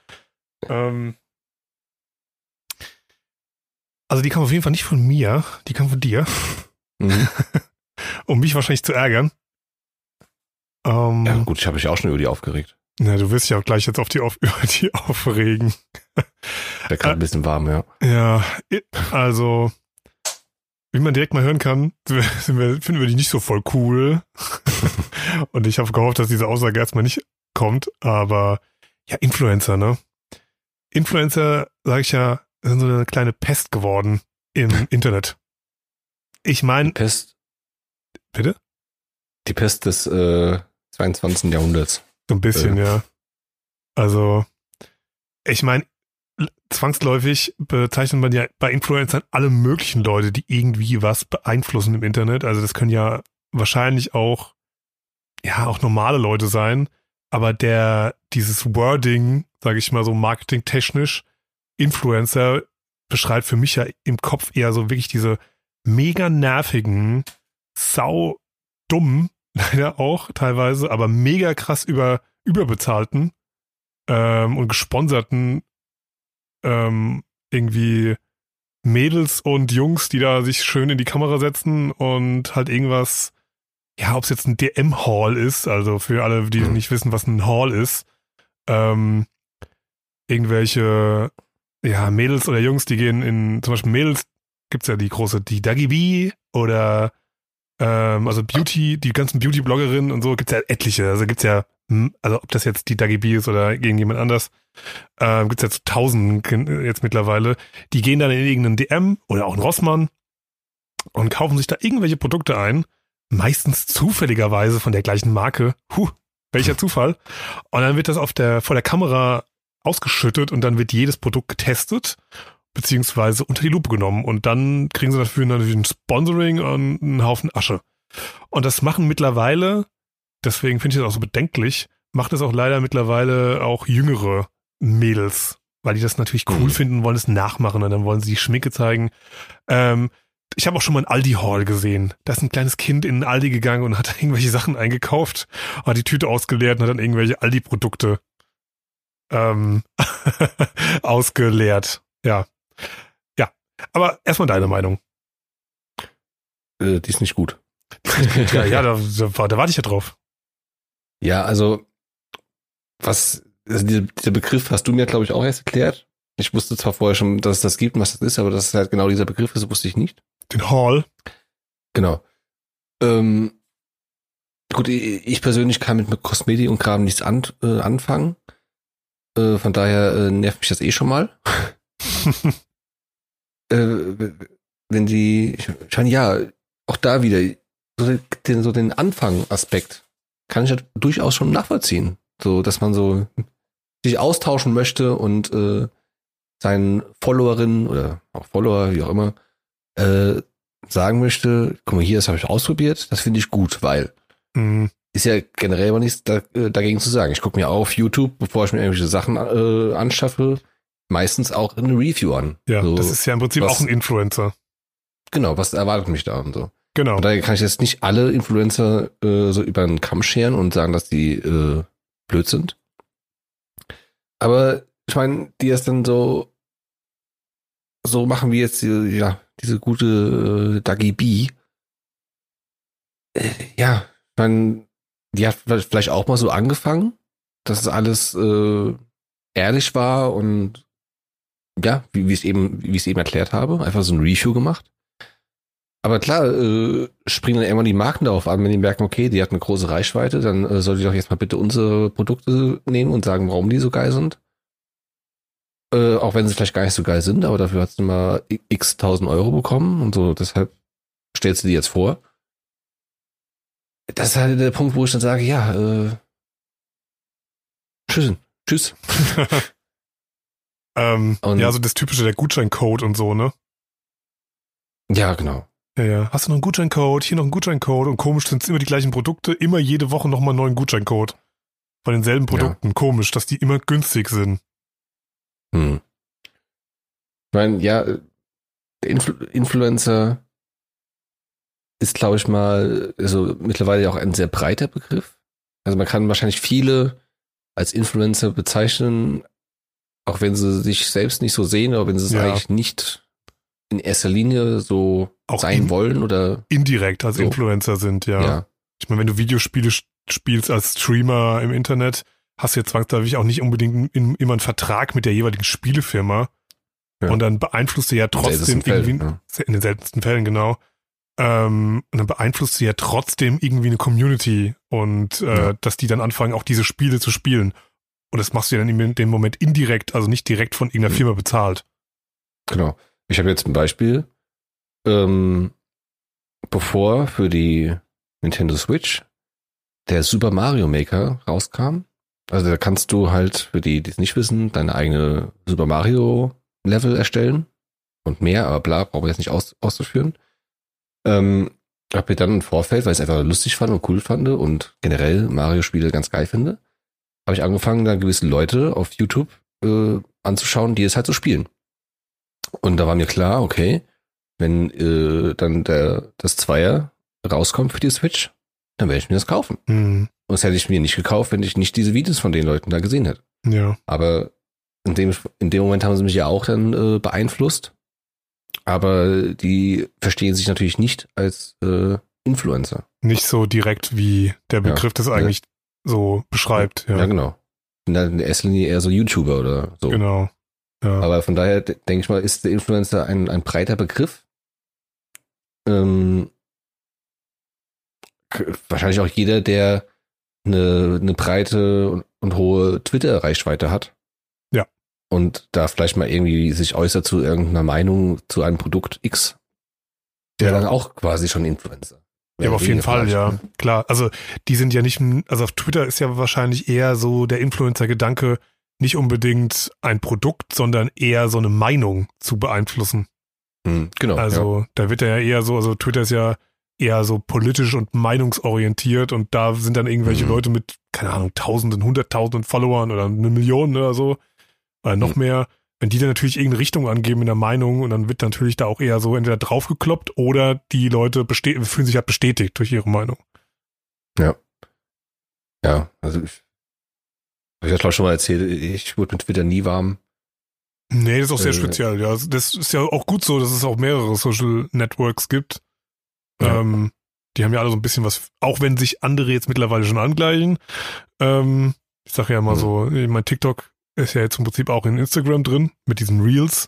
Also die kam auf jeden Fall nicht von mir, die kam von dir, Mhm. um mich wahrscheinlich zu ärgern. Ja gut, ich habe mich auch schon über die aufgeregt. Na, du wirst ja auch gleich jetzt über die aufregen. Wäre gerade ein bisschen warm, ja. Ja, also, wie man direkt mal hören kann, finden wir die nicht so voll cool. Und ich habe gehofft, dass diese Aussage erstmal nicht kommt, aber ja, Influencer, ne? Influencer, sage ich ja, sind so eine kleine Pest geworden im Internet. Ich meine, Pest. bitte? Die Pest des 22. Jahrhunderts. So ein bisschen, ja. Also, ich meine, zwangsläufig bezeichnet man ja bei Influencern alle möglichen Leute, die irgendwie was beeinflussen im Internet. Also das können ja wahrscheinlich auch normale Leute sein, aber dieses Wording, sage ich mal so marketingtechnisch, Influencer beschreibt für mich ja im Kopf eher so wirklich diese mega nervigen, sau dummen, leider auch teilweise, aber mega krass überbezahlten und gesponserten irgendwie Mädels und Jungs, die da sich schön in die Kamera setzen und halt irgendwas, ja, ob es jetzt ein DM-Haul ist, also für alle, die nicht wissen, was ein Haul ist, irgendwelche, ja, Mädels oder Jungs, die gehen zum Beispiel Mädels, gibt's ja die Dagi B oder also die ganzen Beauty-Bloggerinnen und so, gibt's ja etliche, also gibt's ja, also ob das jetzt die Dagi B ist oder gegen jemand anders, gibt's ja zu Tausenden jetzt mittlerweile, die gehen dann in irgendeinen DM oder auch in Rossmann und kaufen sich da irgendwelche Produkte ein, meistens zufälligerweise von der gleichen Marke, welcher Zufall, und dann wird das vor der Kamera ausgeschüttet und dann wird jedes Produkt getestet beziehungsweise unter die Lupe genommen. Und dann kriegen sie dafür natürlich ein Sponsoring und einen Haufen Asche. Und das machen mittlerweile, deswegen finde ich das auch so bedenklich, macht es auch leider mittlerweile auch jüngere Mädels, weil die das natürlich cool finden, wollen es nachmachen und dann wollen sie die Schminke zeigen. Ich habe auch schon mal einen Aldi-Haul gesehen. Da ist ein kleines Kind in einen Aldi gegangen und hat irgendwelche Sachen eingekauft, hat die Tüte ausgeleert und hat dann irgendwelche Aldi-Produkte ausgeleert. Ja. Ja. Aber erstmal deine Meinung. Die ist nicht gut. Ja, da warte ich ja drauf. Ja, also dieser Begriff hast du mir, glaube ich, auch erst erklärt. Ich wusste zwar vorher schon, dass es das gibt und was das ist, aber dass es halt genau dieser Begriff ist, wusste ich nicht. Den Haul. Genau. Gut, ich persönlich kann mit Kosmetik und Kram nichts anfangen. Von daher nervt mich das schon mal. Wenn ich meine, ja, auch da wieder so den Anfang-Aspekt kann ich halt durchaus schon nachvollziehen. So, dass man so sich austauschen möchte und seinen Followerinnen oder auch Follower, wie auch immer, sagen möchte, guck mal, hier, das habe ich ausprobiert, das finde ich gut, weil ist ja generell aber nichts dagegen zu sagen. Ich gucke mir auch auf YouTube, bevor ich mir irgendwelche Sachen anschaffe, meistens auch eine Review an. Ja, so, das ist ja im Prinzip auch ein Influencer. Genau, was erwartet mich da und so. Genau. Und daher kann ich jetzt nicht alle Influencer so über den Kamm scheren und sagen, dass die blöd sind. Aber ich meine, die es dann so machen wie jetzt diese gute Dagi B. Ja, ich meine, die hat vielleicht auch mal so angefangen, dass es alles ehrlich war und ja, wie ich es eben erklärt habe, einfach so ein Review gemacht. Aber klar, springen dann immer die Marken darauf an, wenn die merken, okay, die hat eine große Reichweite, dann soll die doch jetzt mal bitte unsere Produkte nehmen und sagen, warum die so geil sind. Auch wenn sie vielleicht gar nicht so geil sind, aber dafür hat sie mal x 1000 Euro bekommen und so, deshalb stellt sie die jetzt vor. Das ist halt der Punkt, wo ich dann sage, ja, tschüss. Ja, so das typische, der Gutscheincode und so, ne? Ja, genau. Ja. Hast du noch einen Gutscheincode? Hier noch einen Gutscheincode. Und komisch sind es immer die gleichen Produkte, immer jede Woche nochmal einen neuen Gutscheincode. Von denselben Produkten. Ja. Komisch, dass die immer günstig sind. Ich meine, ja, der Influencer ist, glaube ich mal, also mittlerweile auch ein sehr breiter Begriff. Also man kann wahrscheinlich viele als Influencer bezeichnen, auch wenn sie sich selbst nicht so sehen, aber wenn sie es eigentlich nicht in erster Linie so auch sein wollen oder indirekt als so Influencer sind, ja. Ich meine, wenn du Videospiele spielst als Streamer im Internet, hast du ja zwangsläufig auch nicht unbedingt immer einen Vertrag mit der jeweiligen Spielefirma. Ja. Und dann beeinflusst du ja trotzdem in den seltensten Fällen, genau. Und dann beeinflusst du ja trotzdem irgendwie eine Community und dass die dann anfangen, auch diese Spiele zu spielen. Und das machst du ja dann in dem Moment indirekt, also nicht direkt von irgendeiner Firma bezahlt. Genau. Ich habe jetzt ein Beispiel. Bevor für die Nintendo Switch der Super Mario Maker rauskam, also da kannst du halt, für die es nicht wissen, deine eigene Super Mario Level erstellen und mehr, aber bla, brauchen wir jetzt nicht auszuführen. Habe mir dann im Vorfeld, weil ich es einfach lustig fand und cool fand und generell Mario-Spiele ganz geil finde, habe ich angefangen, da gewisse Leute auf YouTube anzuschauen, die es halt so spielen. Und da war mir klar, okay, wenn dann das Zweier rauskommt für die Switch, dann werde ich mir das kaufen. Und das hätte ich mir nicht gekauft, wenn ich nicht diese Videos von den Leuten da gesehen hätte. Ja. Aber in dem Moment haben sie mich ja auch dann beeinflusst. Aber die verstehen sich natürlich nicht als Influencer. Nicht so direkt, wie der Begriff das eigentlich so beschreibt. Ja, genau. Bin dann in erster Linie eher so YouTuber oder so. Genau. Ja. Aber von daher denke ich mal, ist der Influencer ein breiter Begriff. Wahrscheinlich auch jeder, der eine breite und hohe Twitter-Reichweite hat. Ja. Und da vielleicht mal irgendwie sich äußert zu irgendeiner Meinung zu einem Produkt X. Der dann auch quasi schon Influencer. Ja, aber auf jeden Fall, ja. Klar, also die sind ja nicht, also auf Twitter ist ja wahrscheinlich eher so der Influencer-Gedanke nicht unbedingt ein Produkt, sondern eher so eine Meinung zu beeinflussen. Genau. Also da wird er ja eher so, also Twitter ist ja eher so politisch und meinungsorientiert und da sind dann irgendwelche Leute mit, keine Ahnung, Tausenden, Hunderttausenden Followern oder 1 Million oder so, oder noch mehr, wenn die dann natürlich irgendeine Richtung angeben in der Meinung und dann wird natürlich da auch eher so entweder draufgekloppt oder die Leute fühlen sich halt bestätigt durch ihre Meinung. Ja. Ja, also ich habe glaube schon mal erzählt, ich wurde mit Twitter nie warm. Nee, das ist auch sehr speziell, ja. Das ist ja auch gut so, dass es auch mehrere Social Networks gibt. Ja. Die haben ja alle so ein bisschen was, auch wenn sich andere jetzt mittlerweile schon angleichen. Ich sage ja immer so, mein TikTok ist ja jetzt im Prinzip auch in Instagram drin, mit diesen Reels.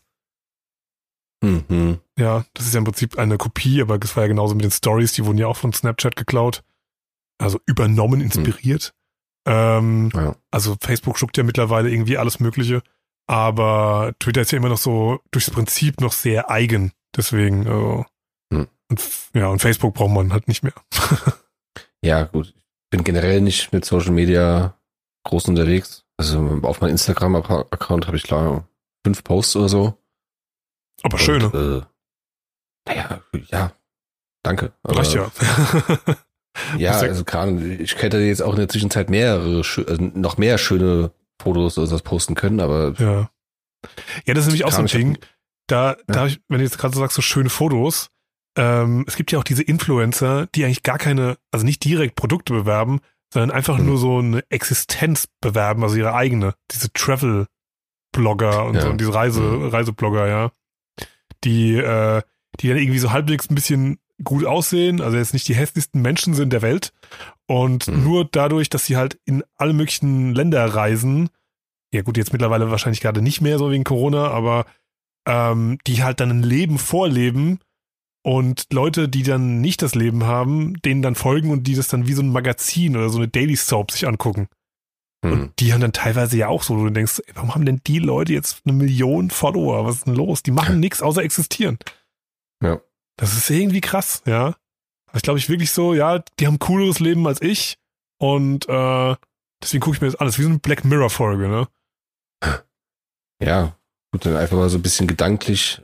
Ja, das ist ja im Prinzip eine Kopie, aber das war ja genauso mit den Stories, die wurden ja auch von Snapchat geklaut. Also übernommen, inspiriert. Also Facebook schluckt ja mittlerweile irgendwie alles Mögliche. Aber Twitter ist ja immer noch so durchs Prinzip noch sehr eigen. Deswegen, und Facebook braucht man halt nicht mehr. Ja, gut. Ich bin generell nicht mit Social Media groß unterwegs. Also auf meinem Instagram-Account habe ich klar 5 Posts oder so. Aber schöne. Ja, danke. Aber, reicht ja. Ja, also gerade, ich hätte jetzt auch in der Zwischenzeit noch mehr schöne Fotos oder sowas posten können, aber. Ja, das ist nämlich auch so ein Ding. Da ich, wenn du jetzt gerade so sagst, so schöne Fotos, es gibt ja auch diese Influencer, die eigentlich gar keine, also nicht direkt Produkte bewerben, sondern einfach nur so eine Existenz bewerben, also ihre eigene. Diese Travel-Blogger und so, und diese Reiseblogger, ja. Die dann irgendwie so halbwegs ein bisschen gut aussehen, also jetzt nicht die hässlichsten Menschen sind der Welt und nur dadurch, dass sie halt in alle möglichen Länder reisen, ja gut, jetzt mittlerweile wahrscheinlich gerade nicht mehr so wegen Corona, aber die halt dann ein Leben vorleben und Leute, die dann nicht das Leben haben, denen dann folgen und die das dann wie so ein Magazin oder so eine Daily Soap sich angucken. Und die haben dann teilweise ja auch so, wo du denkst, ey, warum haben denn die Leute jetzt 1 Million Follower? Was ist denn los? Die machen nichts außer existieren. Ja. Das ist irgendwie krass, ja. Das glaube ich wirklich so, ja, die haben ein cooleres Leben als ich und deswegen gucke ich mir das an. Das ist wie so eine Black Mirror-Folge, ne? Ja, gut, dann einfach mal so ein bisschen gedanklich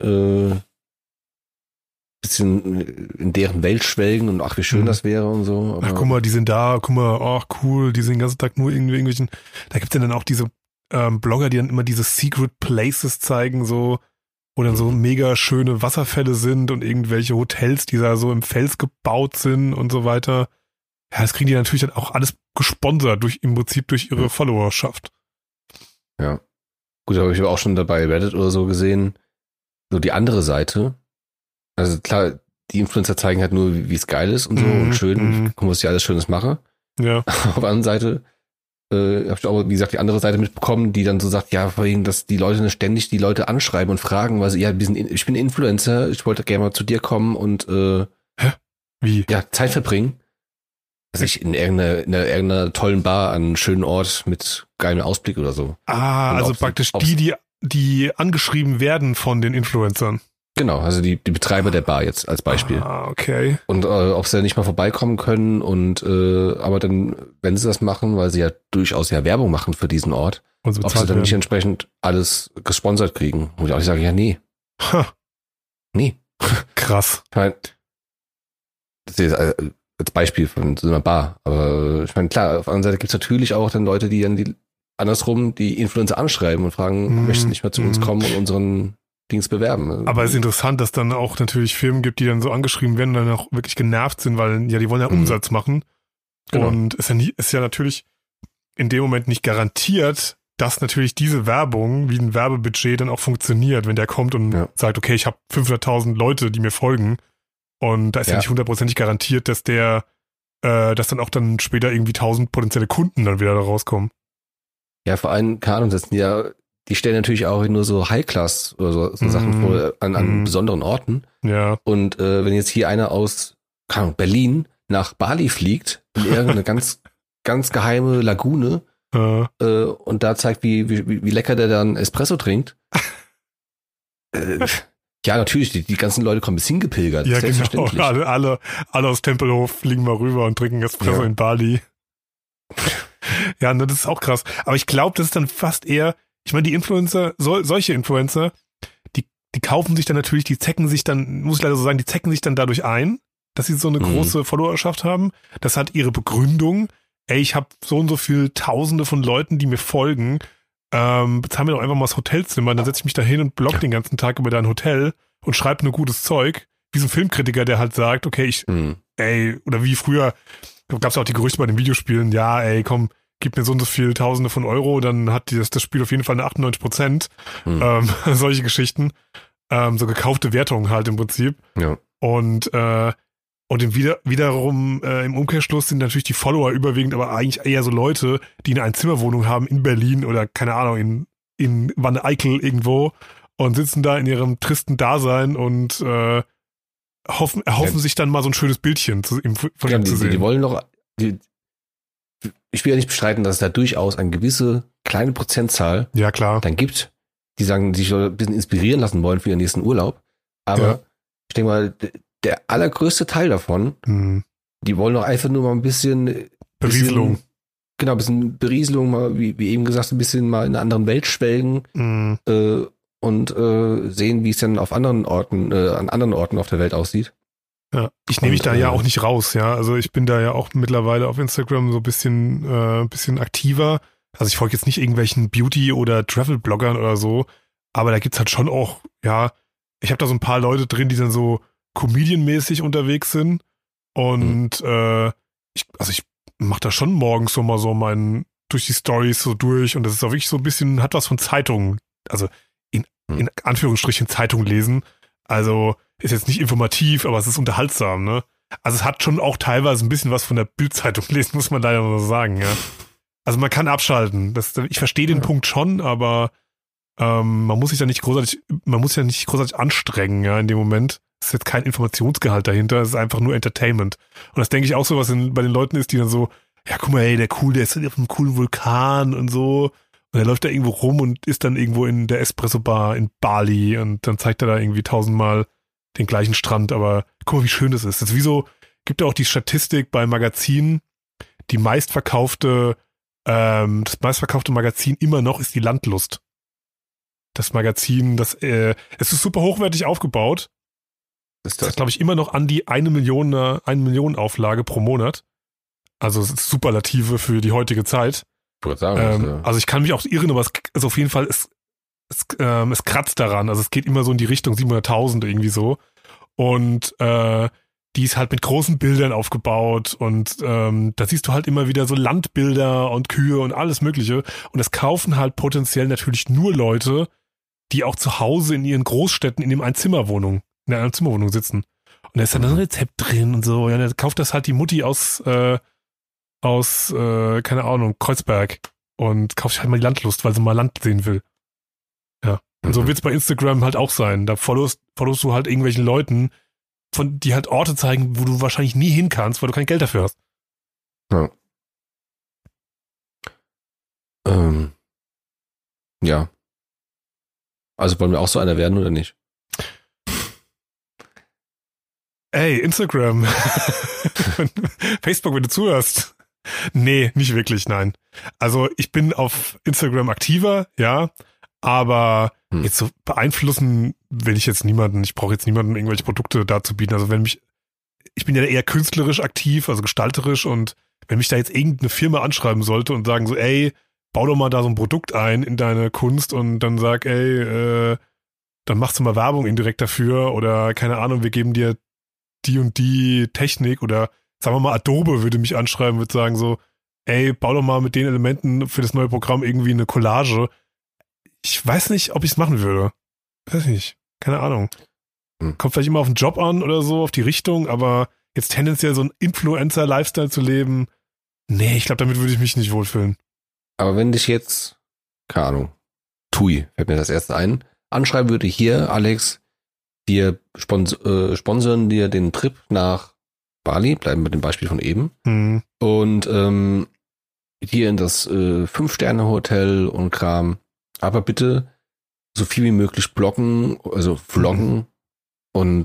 bisschen in deren Welt schwelgen und ach, wie schön das wäre und so. Aber ach, guck mal, die sind da, guck mal, ach cool, die sind den ganzen Tag nur irgendwelchen, da gibt's ja dann auch diese Blogger, die dann immer diese Secret Places zeigen, so, wo dann so mega schöne Wasserfälle sind und irgendwelche Hotels, die da so im Fels gebaut sind und so weiter. Ja, das kriegen die natürlich dann auch alles gesponsert im Prinzip durch ihre Followerschaft. Ja. Gut, habe ich aber auch schon dabei Reddit oder so gesehen, so die andere Seite. Also klar, die Influencer zeigen halt nur, wie es geil ist und so und schön, guck mal, was ich alles Schönes mache. Ja. Auf der anderen Seite habe ich auch, wie gesagt, die andere Seite mitbekommen, die dann so sagt, ja, vor allem, dass die Leute ständig die Leute anschreiben und fragen, weil sie, ja, ich bin Influencer, ich wollte gerne mal zu dir kommen und wie? Ja, Zeit verbringen. Also ich in irgendeiner tollen Bar an einem schönen Ort mit geilem Ausblick oder so. Ah, also praktisch die angeschrieben werden von den Influencern. Genau, also die Betreiber der Bar jetzt als Beispiel. Ah, okay. Und ob sie ja nicht mal vorbeikommen können und aber dann, wenn sie das machen, weil sie ja durchaus ja Werbung machen für diesen Ort, ob sie dann nicht entsprechend alles gesponsert kriegen. Wo ich auch sage, ja, nee. Nee. Krass. Ich meine, das ist als Beispiel von so einer Bar. Aber ich meine, klar, auf der anderen Seite gibt es natürlich auch dann Leute, die dann andersrum die Influencer anschreiben und fragen, möchten nicht mehr zu uns kommen und unseren Dings bewerben. Aber es ist interessant, dass dann auch natürlich Firmen gibt, die dann so angeschrieben werden und dann auch wirklich genervt sind, weil ja, die wollen ja Umsatz machen. Genau. Und ist ja natürlich in dem Moment nicht garantiert, dass natürlich diese Werbung wie ein Werbebudget dann auch funktioniert, wenn der kommt und sagt, okay, ich habe 500.000 Leute, die mir folgen und da ist ja nicht 100% garantiert, dass dass dann auch dann später irgendwie 1.000 potenzielle Kunden dann wieder da rauskommen. Ja, vor allem, keine Ahnung, das sind ja, die stellen natürlich auch nur so High-Class oder so Sachen vor an besonderen Orten. Ja. Und wenn jetzt hier einer aus, keine Ahnung, Berlin nach Bali fliegt, in irgendeine ganz, ganz geheime Lagune und da zeigt, wie lecker der dann Espresso trinkt. Ja, natürlich, die ganzen Leute kommen bis hingepilgert. Ja, genau. Alle aus Tempelhof fliegen mal rüber und trinken Espresso in Bali. Ja, ne, das ist auch krass. Aber ich glaube, das ist dann fast eher, ich meine, die Influencer, solche Influencer, die kaufen sich dann natürlich, die zecken sich dann, muss ich leider so sagen, die zecken sich dann dadurch ein, dass sie so eine große Followerschaft haben. Das hat ihre Begründung. Ey, ich habe so und so viel Tausende von Leuten, die mir folgen. Bezahl mir doch einfach mal das Hotelzimmer. Dann setze ich mich da hin und blog den ganzen Tag über dein Hotel und schreibe nur gutes Zeug. Wie so ein Filmkritiker, der halt sagt, okay, oder wie früher, gab es auch die Gerüchte bei den Videospielen, ja, ey, komm, gib mir so und so viel Tausende von Euro, dann hat das Spiel auf jeden Fall eine 98%. Solche Geschichten. So gekaufte Wertungen halt im Prinzip. Ja. Und wiederum im Umkehrschluss sind natürlich die Follower überwiegend, aber eigentlich eher so Leute, die eine Einzimmerwohnung haben in Berlin oder keine Ahnung, in Wanne-Eickel irgendwo und sitzen da in ihrem tristen Dasein und erhoffen sich dann mal so ein schönes Bildchen von ihm zu sehen. Die wollen doch, ich will ja nicht bestreiten, dass es da durchaus eine gewisse kleine Prozentzahl ja, klar. dann gibt, die sagen, sich ein bisschen inspirieren lassen wollen für ihren nächsten Urlaub. Aber ich denke mal, der allergrößte Teil davon, die wollen doch einfach nur mal ein bisschen Berieselung. Genau, ein bisschen Berieselung, mal, wie eben gesagt, ein bisschen mal in einer anderen Welt schwelgen und sehen, wie es dann auf anderen Orten, an anderen Orten auf der Welt aussieht. Ja, ich nehme mich da ja auch nicht raus, ja. Also ich bin da ja auch mittlerweile auf Instagram so ein bisschen aktiver. Also ich folge jetzt nicht irgendwelchen Beauty- oder Travel-Bloggern oder so, aber da gibt's halt schon auch, ja, ich habe da so ein paar Leute drin, die dann so Comedian-mäßig unterwegs sind und ich mache da schon morgens so mal so durch die Stories so durch und das ist auch wirklich so ein bisschen, hat was von Zeitung, also in Anführungsstrichen Zeitung lesen, also ist jetzt nicht informativ, aber es ist unterhaltsam, ne? Also es hat schon auch teilweise ein bisschen was von der Bild-Zeitung lesen, muss man leider mal so sagen, ja. Also man kann abschalten, ich verstehe den Punkt schon, aber man muss sich ja nicht großartig anstrengen, ja, in dem Moment. Es ist jetzt kein Informationsgehalt dahinter, es ist einfach nur Entertainment. Und das denke ich auch so, was bei den Leuten ist, die dann so, ja, guck mal, ey, der ist auf einem coolen Vulkan und so. Und er läuft da irgendwo rum und ist dann irgendwo in der Espresso-Bar in Bali und dann zeigt er da irgendwie 1000-mal den gleichen Strand. Aber guck mal, wie schön das ist. Das ist wie so, gibt ja auch die Statistik bei Magazinen, das meistverkaufte Magazin immer noch ist die Landlust. Das Magazin, es ist super hochwertig aufgebaut. Das hat, glaube ich, immer noch an die 1 Million Auflage pro Monat. Also es ist Superlative für die heutige Zeit. Ich würde sagen, also ich kann mich auch irren, aber also auf jeden Fall, es kratzt daran. Also es geht immer so in die Richtung 700.000 irgendwie so. Und die ist halt mit großen Bildern aufgebaut und da siehst du halt immer wieder so Landbilder und Kühe und alles Mögliche. Und das kaufen halt potenziell natürlich nur Leute, die auch zu Hause in ihren Großstädten in der Einzimmerwohnung sitzen. Und da ist dann ein Rezept drin und so. Ja, da kauft das halt die Mutti aus keine Ahnung, Kreuzberg und kauft sich halt mal die Landlust, weil sie mal Land sehen will. Ja. Und so wird's bei Instagram halt auch sein. Da followst du halt irgendwelchen Leuten, die halt Orte zeigen, wo du wahrscheinlich nie hin kannst, weil du kein Geld dafür hast. Ja. Ja. Also wollen wir auch so einer werden oder nicht? Ey, Instagram. Facebook, wenn du zuhörst. Nee, nicht wirklich, nein. Also ich bin auf Instagram aktiver, ja, aber jetzt so beeinflussen will ich jetzt niemanden. Ich brauche jetzt niemanden, irgendwelche Produkte dazu bieten. Also ich bin ja eher künstlerisch aktiv, also gestalterisch und wenn mich da jetzt irgendeine Firma anschreiben sollte und sagen so, ey, bau doch mal da so ein Produkt ein in deine Kunst und dann sag, ey, dann machst du mal Werbung indirekt dafür oder keine Ahnung, wir geben dir die und die Technik oder sagen wir mal Adobe würde mich anschreiben, würde sagen so, ey, bau doch mal mit den Elementen für das neue Programm irgendwie eine Collage. Ich weiß nicht, ob ich es machen würde. Weiß nicht. Keine Ahnung. Kommt vielleicht immer auf den Job an oder so, auf die Richtung, aber jetzt tendenziell so ein Influencer-Lifestyle zu leben, nee, ich glaube, damit würde ich mich nicht wohlfühlen. Aber wenn dich jetzt, keine Ahnung, TUI, fällt mir das erste ein, anschreiben würde, hier, Alex, wir sponsern dir den Trip nach Bali, bleiben mit dem Beispiel von eben, und hier in das 5-Sterne-Hotel und Kram, aber bitte so viel wie möglich bloggen, also vloggen und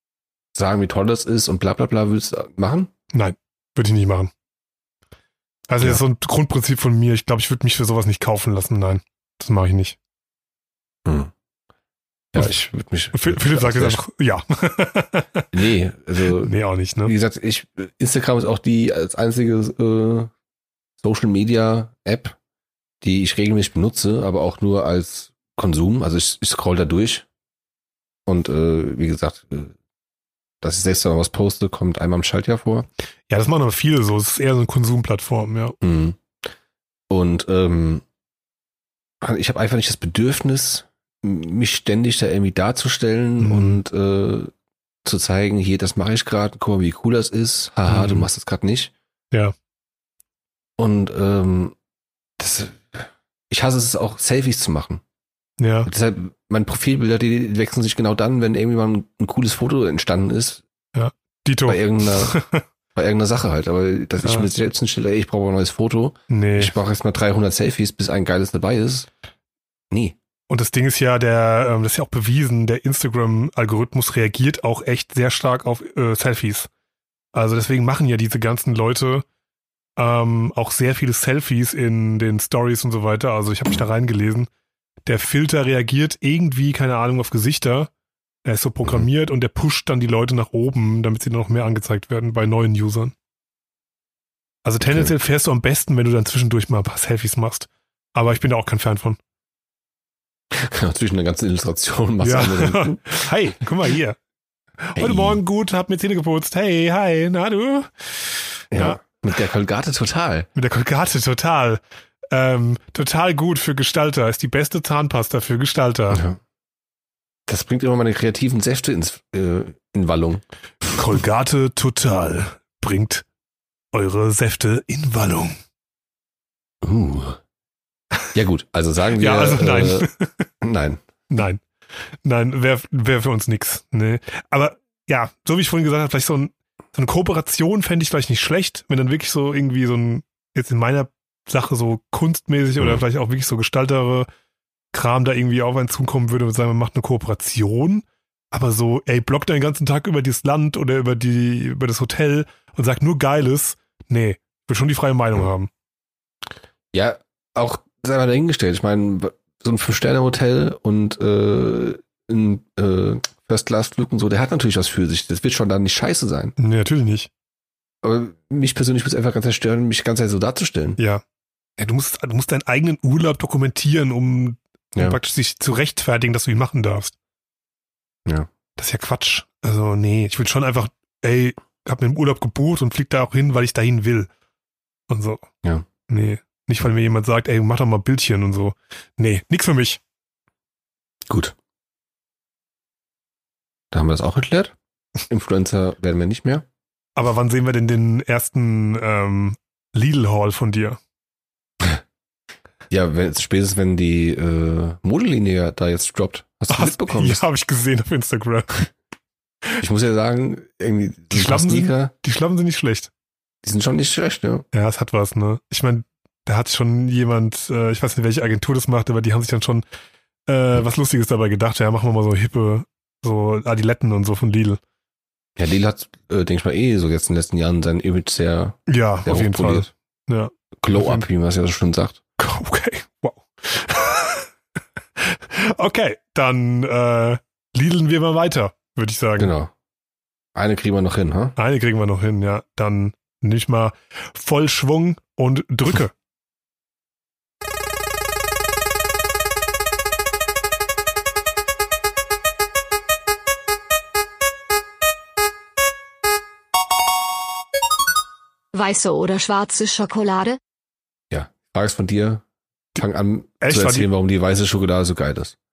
sagen, wie toll das ist und bla bla bla, willst du machen? Nein, würde ich nicht machen. Also Ja. das ist so ein Grundprinzip von mir. Ich glaube, ich würde mich für sowas nicht kaufen lassen. Nein, das mache ich nicht. Hm. Ja, ich würde mich. Philipp sagt jetzt einfach, ja. Nee, also Nee, auch nicht, wie ne? gesagt, Instagram ist auch die als einzige Social Media App, die ich regelmäßig benutze, aber auch nur als Konsum. Also ich scroll da durch. Und wie gesagt, dass ich selbst mal was poste, kommt einmal im Schaltjahr vor. Ja, das machen aber viele so. Es ist eher so eine Konsumplattform, ja. Mhm. Und ich habe einfach nicht das Bedürfnis, mich ständig da irgendwie darzustellen Mhm. und zu zeigen, hier, das mache ich gerade, guck mal, wie cool das ist. Haha, du Mhm. machst das gerade nicht. Ja. Und ich hasse es auch, Selfies zu machen. Ja. Und deshalb, meine Profilbilder, die wechseln sich genau dann, wenn irgendwie mal ein cooles Foto entstanden ist, Dito. bei irgendeiner Sache halt. Aber dass ich Ja. mir selbst hinstelle, ey, ich brauche ein neues Foto, Nee. ich mache jetzt mal 300 Selfies, bis ein geiles dabei ist. Nee. Und das Ding ist ja, das ist ja auch bewiesen, der Instagram-Algorithmus reagiert auch echt sehr stark auf Selfies. Also deswegen machen ja diese ganzen Leute auch sehr viele Selfies in den Stories und so weiter. Also ich habe mich da reingelesen. Der Filter reagiert irgendwie, keine Ahnung, auf Gesichter. Er ist so programmiert und der pusht dann die Leute nach oben, damit sie noch mehr angezeigt werden bei neuen Usern. Also tendenziell fährst du am besten, wenn du dann zwischendurch mal ein paar Selfies machst. Aber ich bin da auch kein Fan von. Zwischen der ganzen Illustration machst du Ja. andere- Hey, guck mal hier. Hey. Heute Morgen gut, hab mir Zähne geputzt. Hey, hi, na du? Ja. Mit der Colgate total. Mit der Colgate total. Total gut für Gestalter. Ist die beste Zahnpasta für Gestalter. Ja. Das bringt immer meine kreativen Säfte in Wallung. Colgate total bringt eure Säfte in Wallung. Ja gut, also sagen wir. Ja, also nein. Nein. Nein, wär für uns nix. Nee. Aber ja, so wie ich vorhin gesagt habe, vielleicht so eine Kooperation fände ich vielleicht nicht schlecht, wenn dann wirklich so irgendwie so ein, jetzt in meiner Sache so kunstmäßig oder vielleicht auch wirklich so gestaltere Kram da irgendwie auf einen zukommen würde und sagen, man macht eine Kooperation, aber so, ey, blockt den ganzen Tag über dieses Land oder über das Hotel und sagt nur Geiles. Nee, will schon die freie Meinung haben. Ja, auch sei mal dahingestellt. Ich meine, so ein 5-Sterne-Hotel und ein First-Class-Flug und so, der hat natürlich was für sich. Das wird schon dann nicht scheiße sein. Nee, natürlich nicht. Aber mich persönlich würde es einfach ganz zerstören, mich die ganze Zeit so darzustellen. Ja. Ja, du musst deinen eigenen Urlaub dokumentieren, um praktisch sich zu rechtfertigen, dass du ihn machen darfst. Ja. Das ist ja Quatsch. Also, nee, ich will schon einfach, ey, hab mir einen Urlaub gebucht und flieg da auch hin, weil ich dahin will. Und so. Ja. Nee. Nicht, weil mir jemand sagt, ey, mach doch mal Bildchen und so. Nee, nix für mich. Gut. Da haben wir das auch erklärt. Influencer werden wir nicht mehr. Aber wann sehen wir denn den ersten Lidl-Haul von dir? Ja, spätestens wenn die Modelinie da jetzt droppt. Hast du mitbekommen? Ja, habe ich gesehen auf Instagram. Ich muss ja sagen, irgendwie Die Schlappen Sneaker, sind nicht schlecht. die sind schon nicht schlecht, ja. Ja, es hat was, ne? Ich meine, da hat schon jemand, ich weiß nicht, welche Agentur das macht, aber die haben sich dann schon was Lustiges dabei gedacht. Ja, machen wir mal so hippe, so Adiletten und so von Lidl. Ja, Lidl hat, denke ich mal, so jetzt in den letzten Jahren sein Image sehr, Ja, sehr auf jeden Fall. hochpoliert. Ja. Glow-up, wie man es ja so schön sagt. Okay, wow. Okay, dann Lidlen wir mal weiter, würde ich sagen. Genau. Eine kriegen wir noch hin, ha? Eine kriegen wir noch hin, ja. Dann nehme ich mal voll Schwung und drücke. Weiße oder schwarze Schokolade? Ja. Frage ist von dir. Fang an Echt? zu erzählen, warum die weiße Schokolade so geil ist.